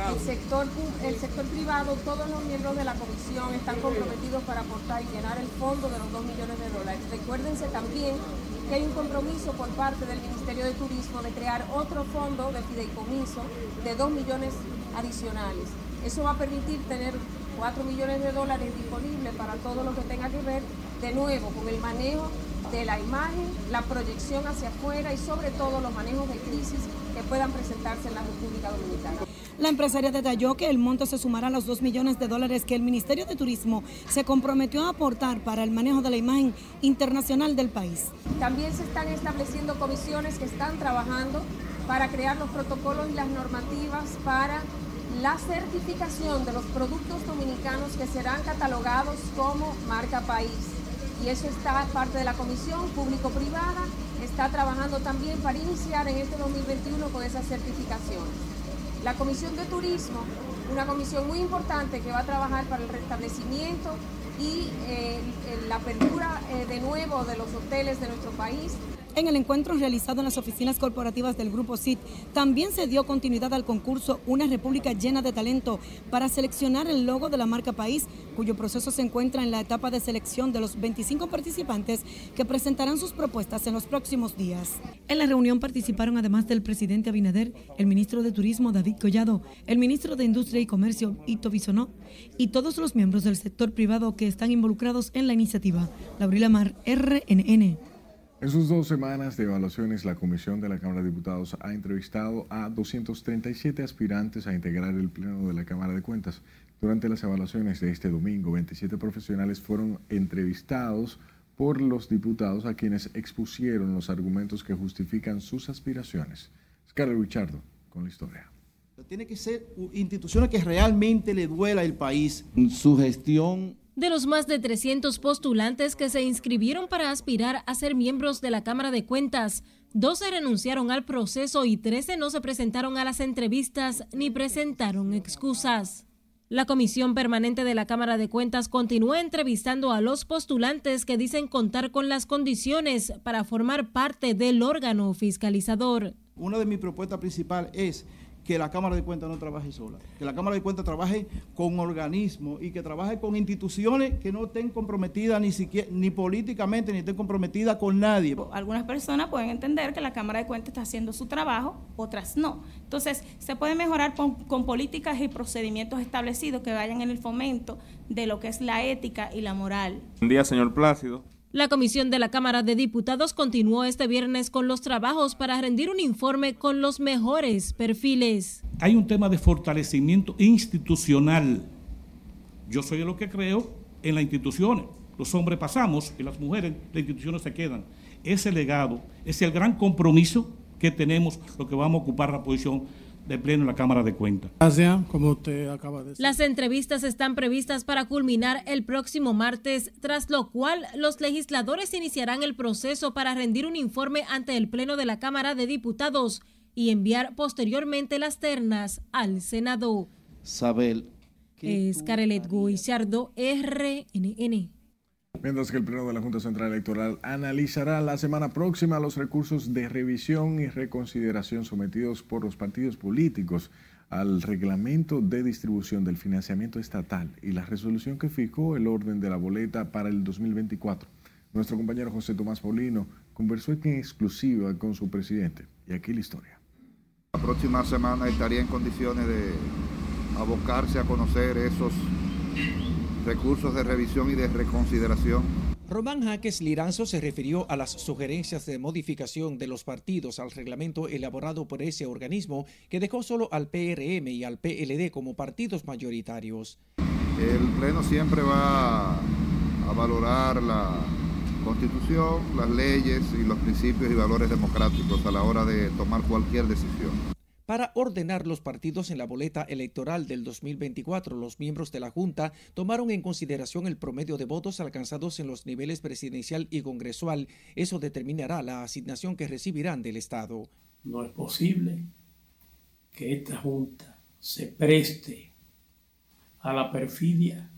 El sector privado, todos los miembros de la comisión están comprometidos para aportar y llenar el fondo de los $2 millones. Recuérdense también que hay un compromiso por parte del Ministerio de Turismo de crear otro fondo de fideicomiso de $2 millones adicionales. Eso va a permitir tener $4 millones disponibles para todo lo que tenga que ver, de nuevo, con el manejo de la imagen, la proyección hacia afuera y sobre todo los manejos de crisis que puedan presentarse en la República Dominicana. La empresaria detalló que el monto se sumará a los $2 millones que el Ministerio de Turismo se comprometió a aportar para el manejo de la imagen internacional del país. También se están estableciendo comisiones que están trabajando para crear los protocolos y las normativas para la certificación de los productos dominicanos que serán catalogados como marca país. Y eso está parte de la comisión público-privada, está trabajando también para iniciar en este 2021 con esas certificaciones. La Comisión de Turismo, una comisión muy importante que va a trabajar para el restablecimiento y la apertura de nuevo de los hoteles de nuestro país. En el encuentro realizado en las oficinas corporativas del Grupo CID, también se dio continuidad al concurso Una República Llena de Talento para seleccionar el logo de la marca País, cuyo proceso se encuentra en la etapa de selección de los 25 participantes que presentarán sus propuestas en los próximos días. En la reunión participaron además del presidente Abinader, el ministro de Turismo David Collado, el ministro de Industria y Comercio Ito Bisonó y todos los miembros del sector privado que están involucrados en la iniciativa. Laura Lamar, RNN. En sus 2 semanas de evaluaciones, la Comisión de la Cámara de Diputados ha entrevistado a 237 aspirantes a integrar el Pleno de la Cámara de Cuentas. Durante las evaluaciones de este domingo, 27 profesionales fueron entrevistados por los diputados a quienes expusieron los argumentos que justifican sus aspiraciones. Scarlett Richardo con la historia. Tiene que ser instituciones que realmente le duela al país. Su gestión. De los más de 300 postulantes que se inscribieron para aspirar a ser miembros de la Cámara de Cuentas, 12 renunciaron al proceso y 13 no se presentaron a las entrevistas ni presentaron excusas. La Comisión Permanente de la Cámara de Cuentas continúa entrevistando a los postulantes que dicen contar con las condiciones para formar parte del órgano fiscalizador. Una de mis propuestas principales es que la Cámara de Cuentas no trabaje sola, que la Cámara de Cuentas trabaje con organismos y que trabaje con instituciones que no estén comprometidas ni siquiera, ni políticamente, ni estén comprometidas con nadie. Algunas personas pueden entender que la Cámara de Cuentas está haciendo su trabajo, otras no. Entonces, se puede mejorar con políticas y procedimientos establecidos que vayan en el fomento de lo que es la ética y la moral. Buen día, señor Plácido. La Comisión de la Cámara de Diputados continuó este viernes con los trabajos para rendir un informe con los mejores perfiles. Hay un tema de fortalecimiento institucional. Yo soy de lo que creo en las instituciones. Los hombres pasamos y las mujeres, las instituciones se quedan. Ese legado es el gran compromiso que tenemos, lo que vamos a ocupar la posición de pleno en la Cámara de Cuentas. Gracias, como usted acaba de decir. Las entrevistas están previstas para culminar el próximo martes, tras lo cual los legisladores iniciarán el proceso para rendir un informe ante el Pleno de la Cámara de Diputados y enviar posteriormente las ternas al Senado. Scarlett Guichardo, RNN. Mientras que el Pleno de la Junta Central Electoral analizará la semana próxima los recursos de revisión y reconsideración sometidos por los partidos políticos al reglamento de distribución del financiamiento estatal y la resolución que fijó el orden de la boleta para el 2024. Nuestro compañero José Tomás Paulino conversó en exclusiva con su presidente. Y aquí la historia. La próxima semana estaría en condiciones de abocarse a conocer esos recursos de revisión y de reconsideración. Román Jaques Liranzo se refirió a las sugerencias de modificación de los partidos al reglamento elaborado por ese organismo que dejó solo al PRM y al PLD como partidos mayoritarios. El Pleno siempre va a valorar la Constitución, las leyes y los principios y valores democráticos a la hora de tomar cualquier decisión. Para ordenar los partidos en la boleta electoral del 2024, los miembros de la Junta tomaron en consideración el promedio de votos alcanzados en los niveles presidencial y congresual. Eso determinará la asignación que recibirán del Estado. No es posible que esta Junta se preste a la perfidia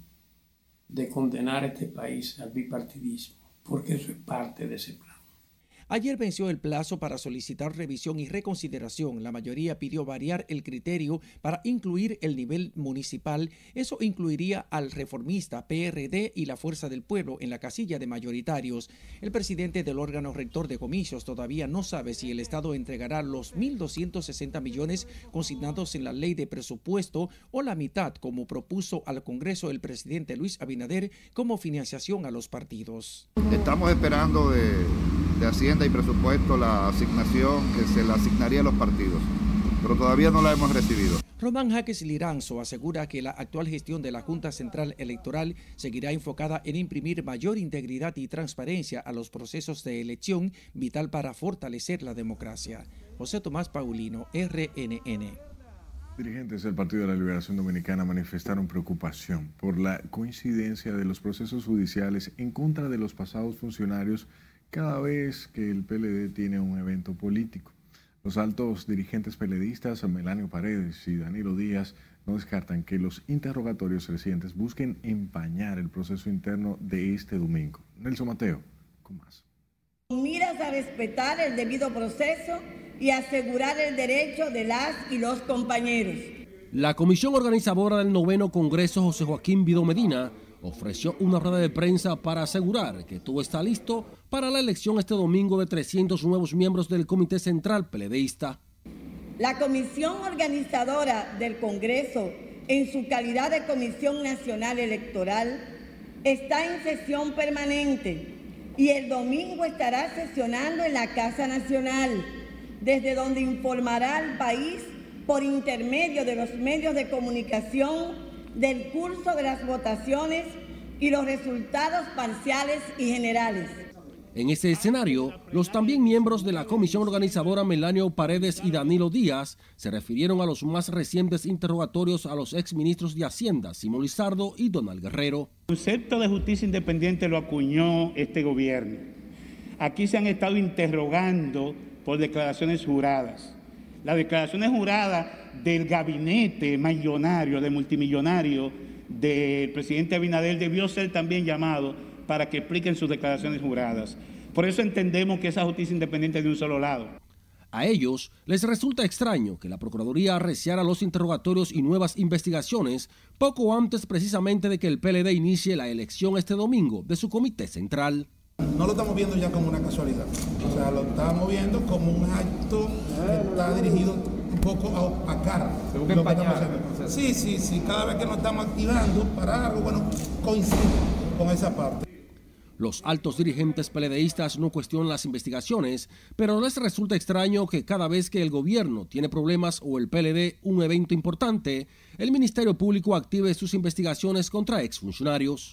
de condenar a este país al bipartidismo, porque eso es parte de ese plan. Ayer venció el plazo para solicitar revisión y reconsideración. La mayoría pidió variar el criterio para incluir el nivel municipal. Eso incluiría al Reformista, PRD y la Fuerza del Pueblo en la casilla de mayoritarios. El presidente del órgano rector de comicios todavía no sabe si el Estado entregará los 1.260 millones consignados en la ley de presupuesto o la mitad, como propuso al Congreso el presidente Luis Abinader, como financiación a los partidos. Estamos esperando de Hacienda y Presupuesto la asignación que se le asignaría a los partidos, pero todavía no la hemos recibido. Román Jaques Liranzo asegura que la actual gestión de la Junta Central Electoral seguirá enfocada en imprimir mayor integridad y transparencia a los procesos de elección, vital para fortalecer la democracia. José Tomás Paulino, RNN. Dirigentes del Partido de la Liberación Dominicana manifestaron preocupación por la coincidencia de los procesos judiciales en contra de los pasados funcionarios cada vez que el PLD tiene un evento político. Los altos dirigentes PLDistas, Melanio Paredes y Danilo Díaz, no descartan que los interrogatorios recientes busquen empañar el proceso interno de este domingo. Nelson Mateo, con más. Miras a respetar el debido proceso y asegurar el derecho de las y los compañeros. La comisión organizadora del 9º Congreso José Joaquín Vidó Medina ofreció una rueda de prensa para asegurar que todo está listo para la elección este domingo de 300 nuevos miembros del Comité Central PLDista. La comisión organizadora del Congreso, en su calidad de Comisión Nacional Electoral, está en sesión permanente y el domingo estará sesionando en la Casa Nacional, desde donde informará al país por intermedio de los medios de comunicación del curso de las votaciones y los resultados parciales y generales. En ese escenario, los también miembros de la comisión organizadora Melanio Paredes y Danilo Díaz se refirieron a los más recientes interrogatorios a los exministros de Hacienda, Simón Lizardo y Donald Guerrero. El concepto de justicia independiente lo acuñó este gobierno. Aquí se han estado interrogando por declaraciones juradas. Las declaraciones juradas del gabinete millonario, de multimillonario del presidente Abinader debió ser también llamado para que expliquen sus declaraciones juradas. Por eso entendemos que esa justicia independiente es de un solo lado. A ellos les resulta extraño que la Procuraduría arreciara los interrogatorios y nuevas investigaciones poco antes precisamente de que el PLD inicie la elección este domingo de su comité central. No lo estamos viendo ya como una casualidad, o sea, lo estamos viendo como un acto que está dirigido un poco a opacar lo que estamos haciendo. Sí, cada vez que nos estamos activando para algo, bueno, coincide con esa parte. Los altos dirigentes PLDistas no cuestionan las investigaciones, pero les resulta extraño que cada vez que el gobierno tiene problemas o el PLD un evento importante, el Ministerio Público active sus investigaciones contra exfuncionarios.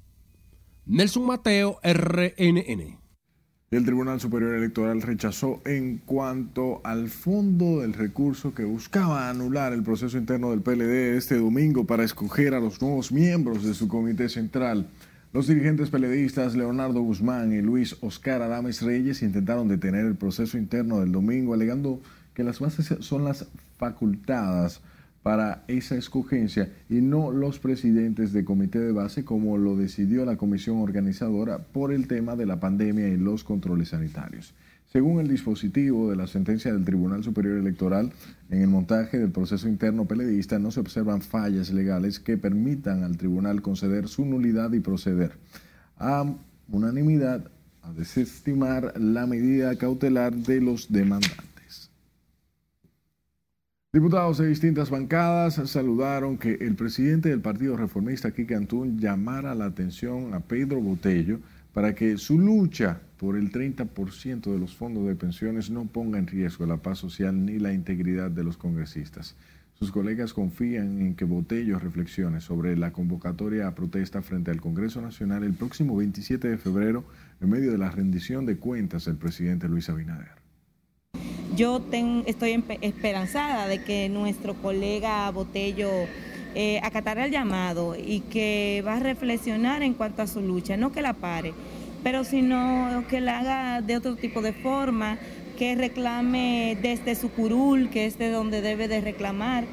Nelson Mateo, RNN. El Tribunal Superior Electoral rechazó en cuanto al fondo del recurso que buscaba anular el proceso interno del PLD este domingo para escoger a los nuevos miembros de su comité central. Los dirigentes PLDistas Leonardo Guzmán y Luis Oscar Adames Reyes intentaron detener el proceso interno del domingo, alegando que las bases son las facultadas para esa escogencia y no los presidentes de comité de base, como lo decidió la comisión organizadora por el tema de la pandemia y los controles sanitarios. Según el dispositivo de la sentencia del Tribunal Superior Electoral, en el montaje del proceso interno PLDista no se observan fallas legales que permitan al tribunal conceder su nulidad y proceder. A unanimidad, a desestimar la medida cautelar de los demandantes. Diputados de distintas bancadas saludaron que el presidente del Partido Reformista, Quique Antún, llamara la atención a Pedro Botello para que su lucha por el 30% de los fondos de pensiones no ponga en riesgo la paz social ni la integridad de los congresistas. Sus colegas confían en que Botello reflexione sobre la convocatoria a protesta frente al Congreso Nacional el próximo 27 de febrero en medio de la rendición de cuentas del presidente Luis Abinader. Yo estoy esperanzada de que nuestro colega Botello acatará el llamado y que va a reflexionar en cuanto a su lucha, no que la pare, pero sino que la haga de otro tipo de forma, que reclame desde su curul, que es de donde debe de reclamar.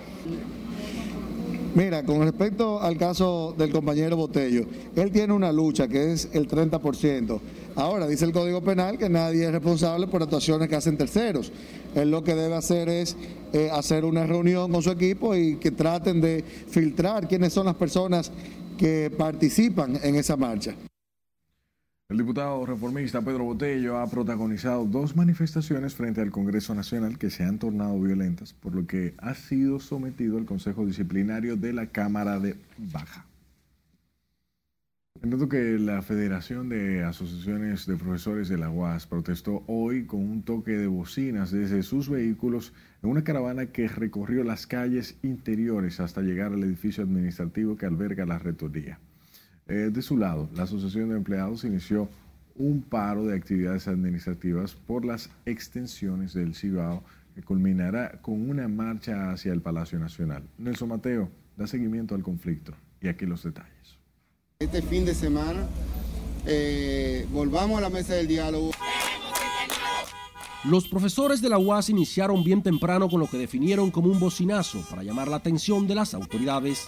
Mira, con respecto al caso del compañero Botello, él tiene una lucha que es el 30%. Ahora, dice el Código Penal que nadie es responsable por actuaciones que hacen terceros. Él lo que debe hacer es hacer una reunión con su equipo y que traten de filtrar quiénes son las personas que participan en esa marcha. El diputado reformista Pedro Botello ha protagonizado 2 manifestaciones frente al Congreso Nacional que se han tornado violentas, por lo que ha sido sometido al Consejo Disciplinario de la Cámara de Baja. En tanto que la Federación de Asociaciones de Profesores de la UAS protestó hoy con un toque de bocinas desde sus vehículos en una caravana que recorrió las calles interiores hasta llegar al edificio administrativo que alberga la rectoría. De su lado, la Asociación de Empleados inició un paro de actividades administrativas por las extensiones del Cibao que culminará con una marcha hacia el Palacio Nacional. Nelson Mateo da seguimiento al conflicto y aquí los detalles. Este fin de semana volvamos a la mesa del diálogo. Los profesores de la UAS iniciaron bien temprano con lo que definieron como un bocinazo para llamar la atención de las autoridades.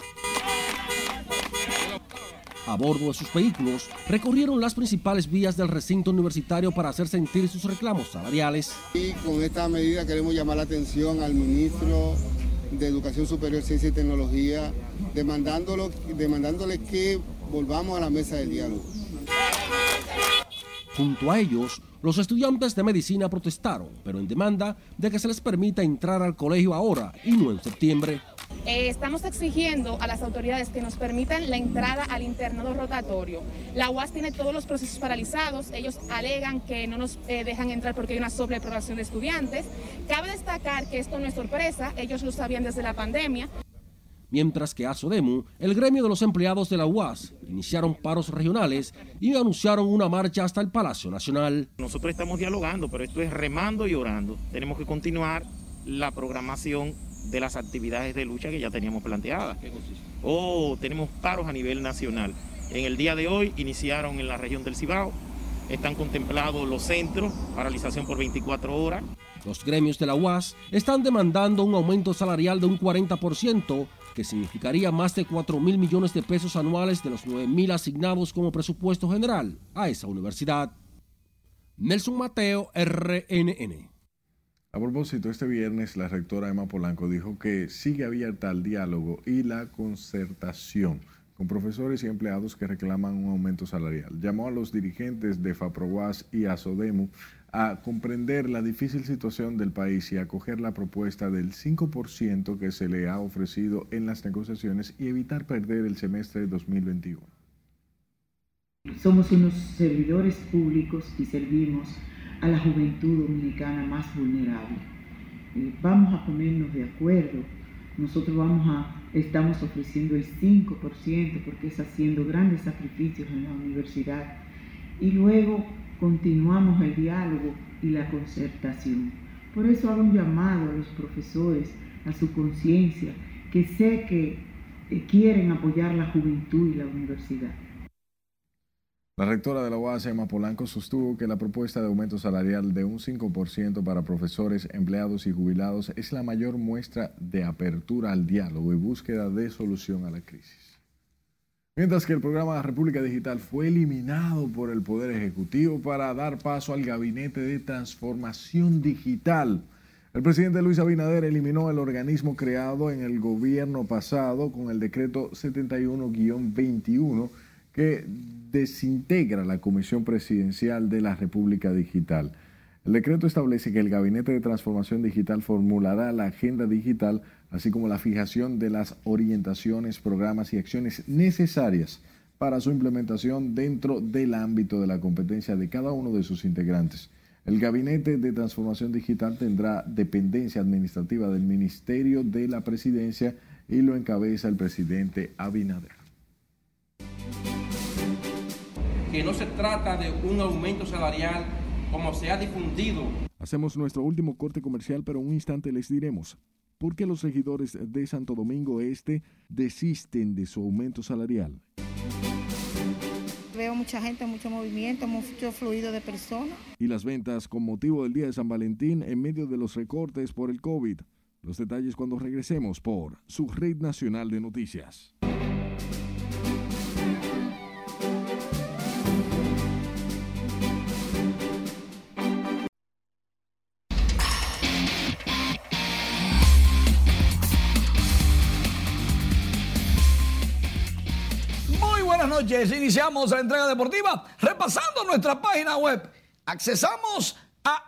A bordo de sus vehículos, recorrieron las principales vías del recinto universitario para hacer sentir sus reclamos salariales. Y con esta medida queremos llamar la atención al ministro de Educación Superior, Ciencia y Tecnología, demandándole que volvamos a la mesa del diálogo. Junto a ellos, los estudiantes de medicina protestaron, pero en demanda de que se les permita entrar al colegio ahora y no en septiembre. Estamos exigiendo a las autoridades que nos permitan la entrada al internado rotatorio. La UAS tiene todos los procesos paralizados. Ellos alegan que no nos dejan entrar porque hay una sobrepoblación de estudiantes. Cabe destacar que esto no es sorpresa, ellos lo sabían desde la pandemia. Mientras que a SODEMU, el gremio de los empleados de la UAS, iniciaron paros regionales y anunciaron una marcha hasta el Palacio Nacional. Nosotros estamos dialogando, pero esto es remando y orando. Tenemos que continuar la programación de las actividades de lucha que ya teníamos planteadas. Tenemos paros a nivel nacional. En el día de hoy iniciaron en la región del Cibao, están contemplados los centros, paralización por 24 horas. Los gremios de la UAS están demandando un aumento salarial de un 40%, que significaría más de 4.000 millones de pesos anuales de los 9.000 asignados como presupuesto general a esa universidad. Nelson Mateo, RNN. A propósito, este viernes la rectora Emma Polanco dijo que sigue abierta al diálogo y la concertación con profesores y empleados que reclaman un aumento salarial. Llamó a los dirigentes de FAPROUAS y a SODEMU a comprender la difícil situación del país y acoger la propuesta del 5% que se le ha ofrecido en las negociaciones y evitar perder el semestre de 2021. Somos unos servidores públicos y servimos a la juventud dominicana más vulnerable. Vamos a ponernos de acuerdo. Nosotros estamos ofreciendo el 5% porque es haciendo grandes sacrificios en la universidad. Y luego continuamos el diálogo y la concertación. Por eso hago un llamado a los profesores, a su conciencia, que sé que quieren apoyar la juventud y la universidad. La rectora de la UAS, Emma Polanco, sostuvo que la propuesta de aumento salarial de un 5% para profesores, empleados y jubilados es la mayor muestra de apertura al diálogo y búsqueda de solución a la crisis. Mientras que el programa República Digital fue eliminado por el Poder Ejecutivo para dar paso al Gabinete de Transformación Digital. El presidente Luis Abinader eliminó el organismo creado en el gobierno pasado con el decreto 71-21 que desintegra la Comisión Presidencial de la República Digital. El decreto establece que el Gabinete de Transformación Digital formulará la agenda digital, así como la fijación de las orientaciones, programas y acciones necesarias para su implementación dentro del ámbito de la competencia de cada uno de sus integrantes. El Gabinete de Transformación Digital tendrá dependencia administrativa del Ministerio de la Presidencia y lo encabeza el presidente Abinader. Que no se trata de un aumento salarial como se ha difundido. Hacemos nuestro último corte comercial, pero en un instante les diremos por qué los regidores de Santo Domingo Este desisten de su aumento salarial. Veo mucha gente, mucho movimiento, mucho fluido de personas. Y las ventas con motivo del Día de San Valentín en medio de los recortes por el COVID. Los detalles cuando regresemos por su red nacional de noticias. Buenas noches, iniciamos la entrega deportiva repasando nuestra página web. Accesamos a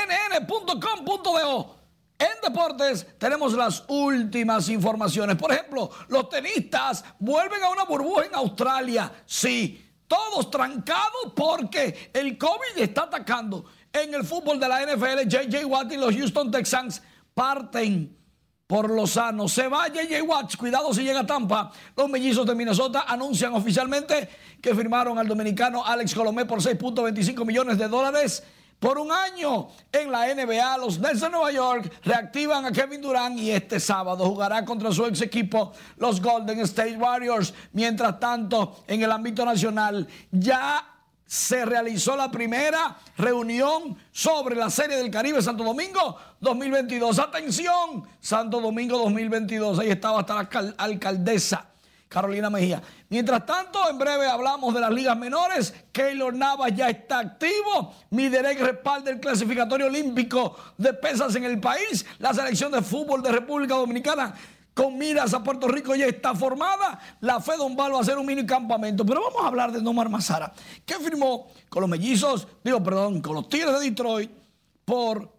rnn.com.do. En deportes tenemos las últimas informaciones. Por ejemplo, los tenistas vuelven a una burbuja en Australia. Sí, todos trancados porque el COVID está atacando. En el fútbol de la NFL, J.J. Watt y los Houston Texans parten por Lozano. Se va J.J. Watt, cuidado si llega a Tampa. Los mellizos de Minnesota anuncian oficialmente que firmaron al dominicano Alex Colomé por $6.25 millones por un año. En la NBA, los Nets de Nueva York reactivan a Kevin Durant y este sábado jugará contra su ex equipo, los Golden State Warriors. Mientras tanto, en el ámbito nacional, ya se realizó la primera reunión sobre la Serie del Caribe Santo Domingo 2022. Atención, Santo Domingo 2022. Ahí estaba hasta la alcaldesa Carolina Mejía. Mientras tanto, en breve hablamos de las ligas menores. Keylor Navas ya está activo. Miderec respalda el clasificatorio olímpico de pesas en el país. La selección de fútbol de República Dominicana con miras a Puerto Rico ya está formada. La FEDOMBAL va a hacer un mini campamento. Pero vamos a hablar de Nomar Mazara, que firmó con los con los Tigres de Detroit por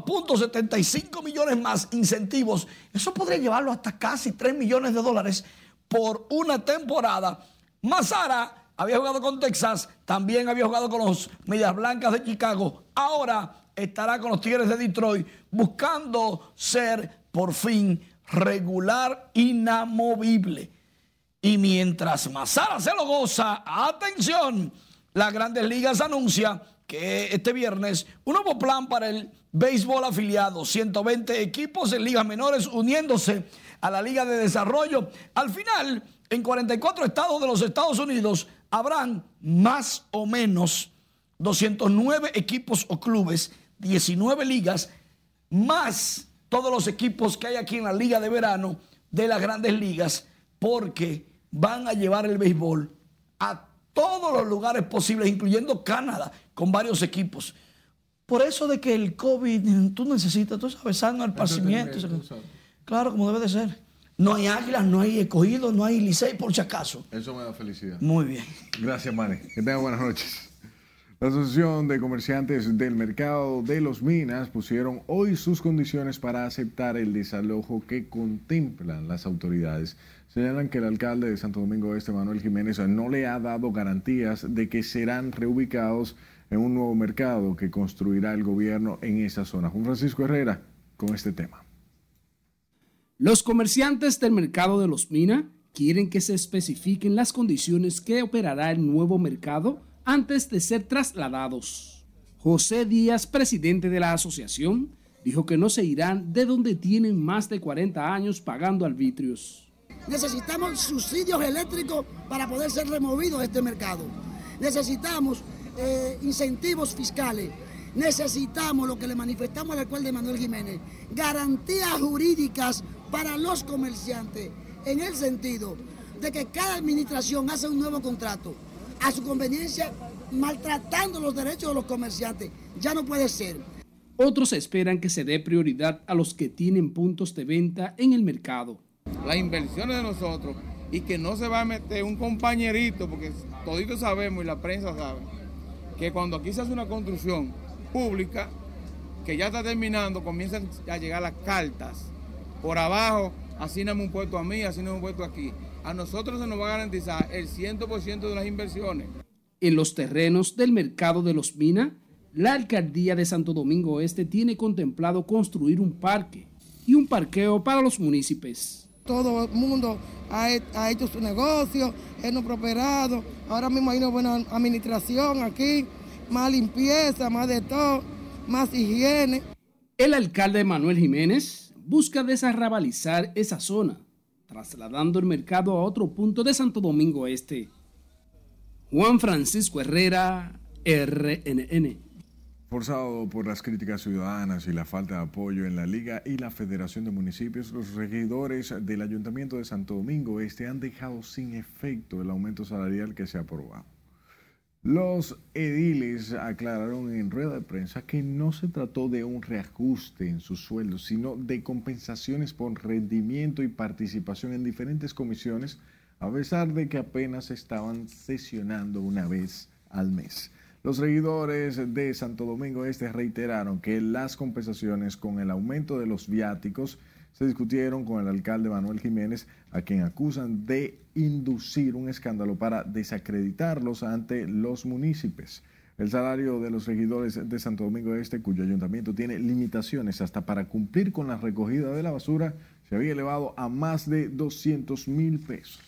1.75 millones más incentivos. Eso podría llevarlo hasta casi $3 millones por una temporada. Mazara había jugado con Texas, también había jugado con los Medias Blancas de Chicago. Ahora estará con los Tigres de Detroit buscando ser por fin regular, inamovible. Y mientras Mazara se lo goza, atención, las Grandes Ligas anuncia que este viernes un nuevo plan para el béisbol afiliado, 120 equipos en ligas menores uniéndose a la Liga de Desarrollo. Al final, en 44 estados de los Estados Unidos, habrán más o menos 209 equipos o clubes, 19 ligas, más todos los equipos que hay aquí en la Liga de Verano de las Grandes Ligas, porque van a llevar el béisbol a todos los lugares posibles, incluyendo Canadá, con varios equipos. Por eso de que el COVID, tú necesitas, tú sabes, sano al esparcimiento. Claro, como debe de ser. No hay Águilas, no hay Escogido, no hay Licey, por si acaso. Eso me da felicidad. Muy bien. Gracias, Manny. Que tengan buenas noches. La Asociación de Comerciantes del Mercado de Los Minas pusieron hoy sus condiciones para aceptar el desalojo que contemplan las autoridades. Señalan que el alcalde de Santo Domingo Este, Manuel Jiménez, no le ha dado garantías de que serán reubicados en un nuevo mercado que construirá el gobierno en esa zona. Juan Francisco Herrera con este tema. Los comerciantes del mercado de Los Minas quieren que se especifiquen las condiciones que operará el nuevo mercado antes de ser trasladados. José Díaz, presidente de la asociación, dijo que no se irán de donde tienen más de 40 años pagando arbitrios. Necesitamos subsidios eléctricos para poder ser removidos de este mercado. Necesitamos incentivos fiscales. Necesitamos lo que le manifestamos al alcalde Manuel Jiménez, garantías jurídicas para los comerciantes, en el sentido de que cada administración hace un nuevo contrato a su conveniencia, maltratando los derechos de los comerciantes. Ya no puede ser. Otros esperan que se dé prioridad a los que tienen puntos de venta en el mercado. Las inversiones de nosotros y que no se va a meter un compañerito, porque toditos sabemos y la prensa sabe, que cuando aquí se hace una construcción pública, que ya está terminando, comienzan a llegar las cartas por abajo, asígname un puesto a mí, asígname un puesto aquí. A nosotros se nos va a garantizar el 100% de las inversiones. En los terrenos del mercado de Los Minas, la alcaldía de Santo Domingo Este tiene contemplado construir un parque y un parqueo para los municipios. Todo el mundo ha hecho su negocio, hemos prosperado. Ahora mismo hay una buena administración aquí, más limpieza, más de todo, más higiene. El alcalde Manuel Jiménez busca desarrabalizar esa zona, trasladando el mercado a otro punto de Santo Domingo Este. Juan Francisco Herrera, RNN. Forzado por las críticas ciudadanas y la falta de apoyo en la Liga y la Federación de Municipios, los regidores del Ayuntamiento de Santo Domingo Este han dejado sin efecto el aumento salarial que se ha aprobado. Los ediles aclararon en rueda de prensa que no se trató de un reajuste en sus sueldos, sino de compensaciones por rendimiento y participación en diferentes comisiones, a pesar de que apenas estaban sesionando una vez al mes. Los regidores de Santo Domingo Este reiteraron que las compensaciones con el aumento de los viáticos se discutieron con el alcalde Manuel Jiménez, a quien acusan de inducir un escándalo para desacreditarlos ante los municipios. El salario de los regidores de Santo Domingo Este, cuyo ayuntamiento tiene limitaciones hasta para cumplir con la recogida de la basura, se había elevado a más de 200,000 pesos.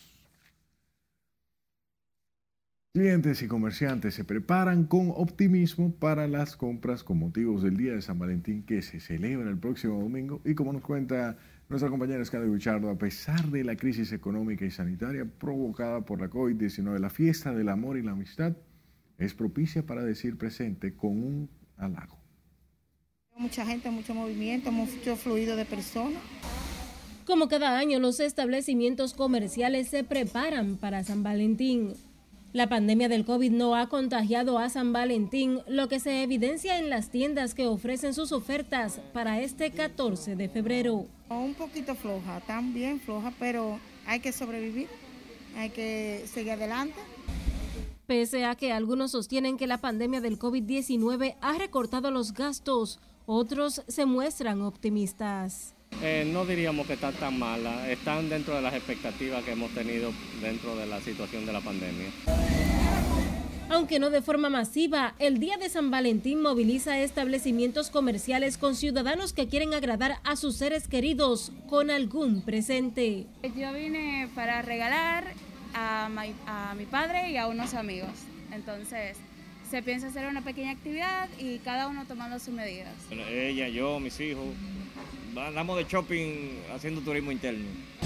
Clientes y comerciantes se preparan con optimismo para las compras con motivos del Día de San Valentín, que se celebra el próximo domingo. Y como nos cuenta nuestra compañera Scarlett Guichardo, a pesar de la crisis económica y sanitaria provocada por la COVID-19, la fiesta del amor y la amistad es propicia para decir presente con un halago. Mucha gente, mucho movimiento, mucho fluido de personas. Como cada año, los establecimientos comerciales se preparan para San Valentín. La pandemia del COVID no ha contagiado a San Valentín, lo que se evidencia en las tiendas que ofrecen sus ofertas para este 14 de febrero. Un poquito floja, también floja, pero hay que sobrevivir, hay que seguir adelante. Pese a que algunos sostienen que la pandemia del COVID-19 ha recortado los gastos, otros se muestran optimistas. No diríamos que está tan mala, están dentro de las expectativas que hemos tenido dentro de la situación de la pandemia. Aunque no de forma masiva, el Día de San Valentín moviliza establecimientos comerciales con ciudadanos que quieren agradar a sus seres queridos con algún presente. Yo vine para regalar a mi padre y a unos amigos, entonces se piensa hacer una pequeña actividad y cada uno tomando sus medidas. Bueno, ella, yo, mis hijos, andamos de shopping haciendo turismo interno.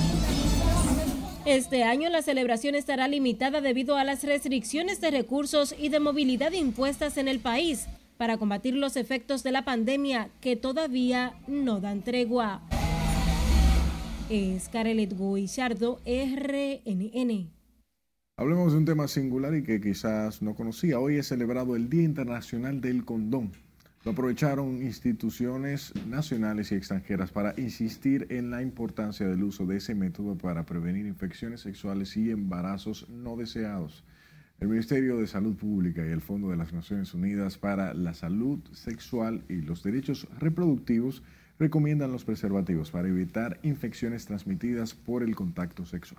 Este año la celebración estará limitada debido a las restricciones de recursos y de movilidad impuestas en el país para combatir los efectos de la pandemia que todavía no dan tregua. Scarlett Guichardo, RNN. Hablemos de un tema singular y que quizás no conocía. Hoy es celebrado el Día Internacional del Condón. Lo aprovecharon instituciones nacionales y extranjeras para insistir en la importancia del uso de ese método para prevenir infecciones sexuales y embarazos no deseados. El Ministerio de Salud Pública y el Fondo de las Naciones Unidas para la Salud Sexual y los Derechos Reproductivos recomiendan los preservativos para evitar infecciones transmitidas por el contacto sexual.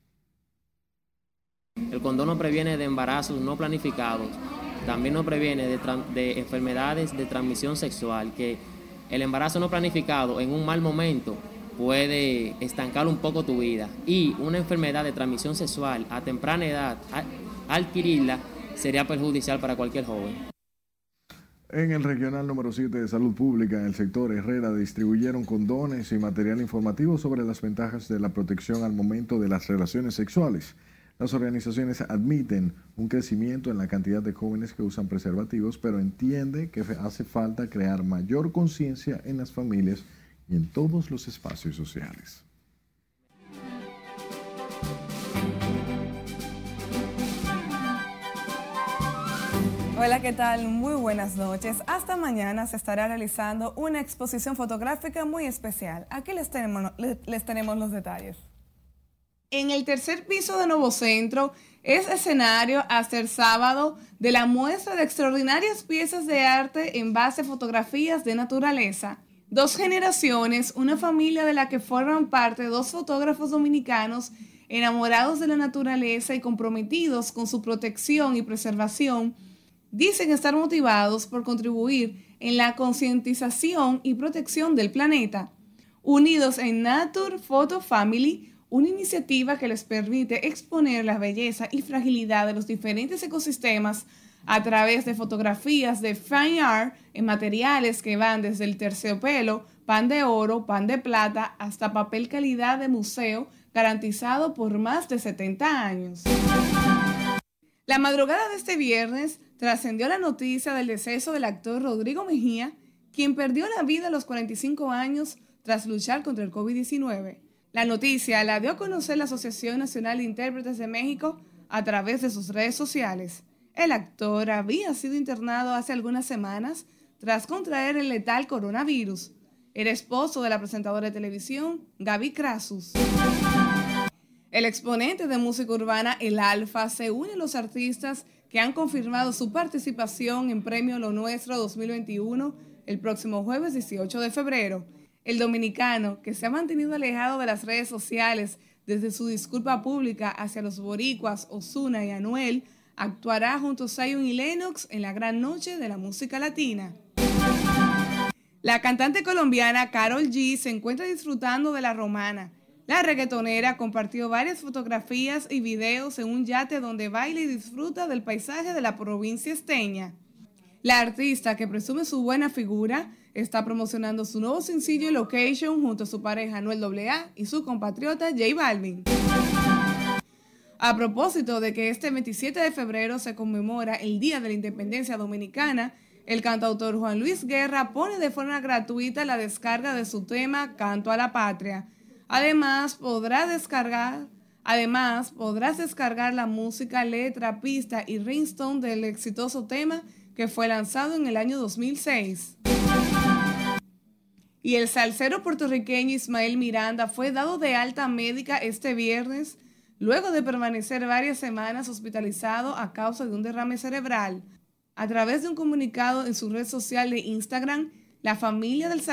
El condón nos previene de embarazos no planificados. También nos previene de enfermedades de transmisión sexual, que el embarazo no planificado en un mal momento puede estancar un poco tu vida. Y una enfermedad de transmisión sexual a temprana edad, adquirirla sería perjudicial para cualquier joven. En el regional número 7 de Salud Pública, en el sector Herrera, distribuyeron condones y material informativo sobre las ventajas de la protección al momento de las relaciones sexuales. Las organizaciones admiten un crecimiento en la cantidad de jóvenes que usan preservativos, pero entiende que hace falta crear mayor conciencia en las familias y en todos los espacios sociales. Hola, ¿qué tal? Muy buenas noches. Hasta mañana se estará realizando una exposición fotográfica muy especial. Aquí les tenemos los detalles. En el tercer piso de Nuevo Centro es escenario hasta el sábado de la muestra de extraordinarias piezas de arte en base a fotografías de naturaleza. 2 generaciones, una familia de la que forman parte 2 fotógrafos dominicanos enamorados de la naturaleza y comprometidos con su protección y preservación, dicen estar motivados por contribuir en la concientización y protección del planeta. Unidos en Nature Photo Family, una iniciativa que les permite exponer la belleza y fragilidad de los diferentes ecosistemas a través de fotografías de fine art en materiales que van desde el terciopelo, pan de oro, pan de plata, hasta papel calidad de museo, garantizado por más de 70 años. La madrugada de este viernes trascendió la noticia del deceso del actor Rodrigo Mejía, quien perdió la vida a los 45 años tras luchar contra el COVID-19. La noticia la dio a conocer la Asociación Nacional de Intérpretes de México a través de sus redes sociales. El actor había sido internado hace algunas semanas tras contraer el letal coronavirus. Era esposo de la presentadora de televisión Gaby Crasus. El exponente de música urbana El Alfa se une a los artistas que han confirmado su participación en Premio Lo Nuestro 2021 el próximo jueves 18 de febrero. El dominicano, que se ha mantenido alejado de las redes sociales desde su disculpa pública hacia los boricuas Ozuna y Anuel, actuará junto a Zion y Lennox en la gran noche de la música latina. La cantante colombiana Karol G se encuentra disfrutando de La Romana. La reggaetonera compartió varias fotografías y videos en un yate donde baila y disfruta del paisaje de la provincia esteña. La artista, que presume su buena figura, está promocionando su nuevo sencillo Location junto a su pareja Anuel AA y su compatriota J Balvin. A propósito de que este 27 de febrero se conmemora el Día de la Independencia Dominicana, el cantautor Juan Luis Guerra pone de forma gratuita la descarga de su tema Canto a la Patria. Además, podrás descargar la música, letra, pista y ringtone del exitoso tema que fue lanzado en el año 2006. Y el salsero puertorriqueño Ismael Miranda fue dado de alta médica este viernes, luego de permanecer varias semanas hospitalizado a causa de un derrame cerebral. A través de un comunicado en su red social de Instagram, la familia del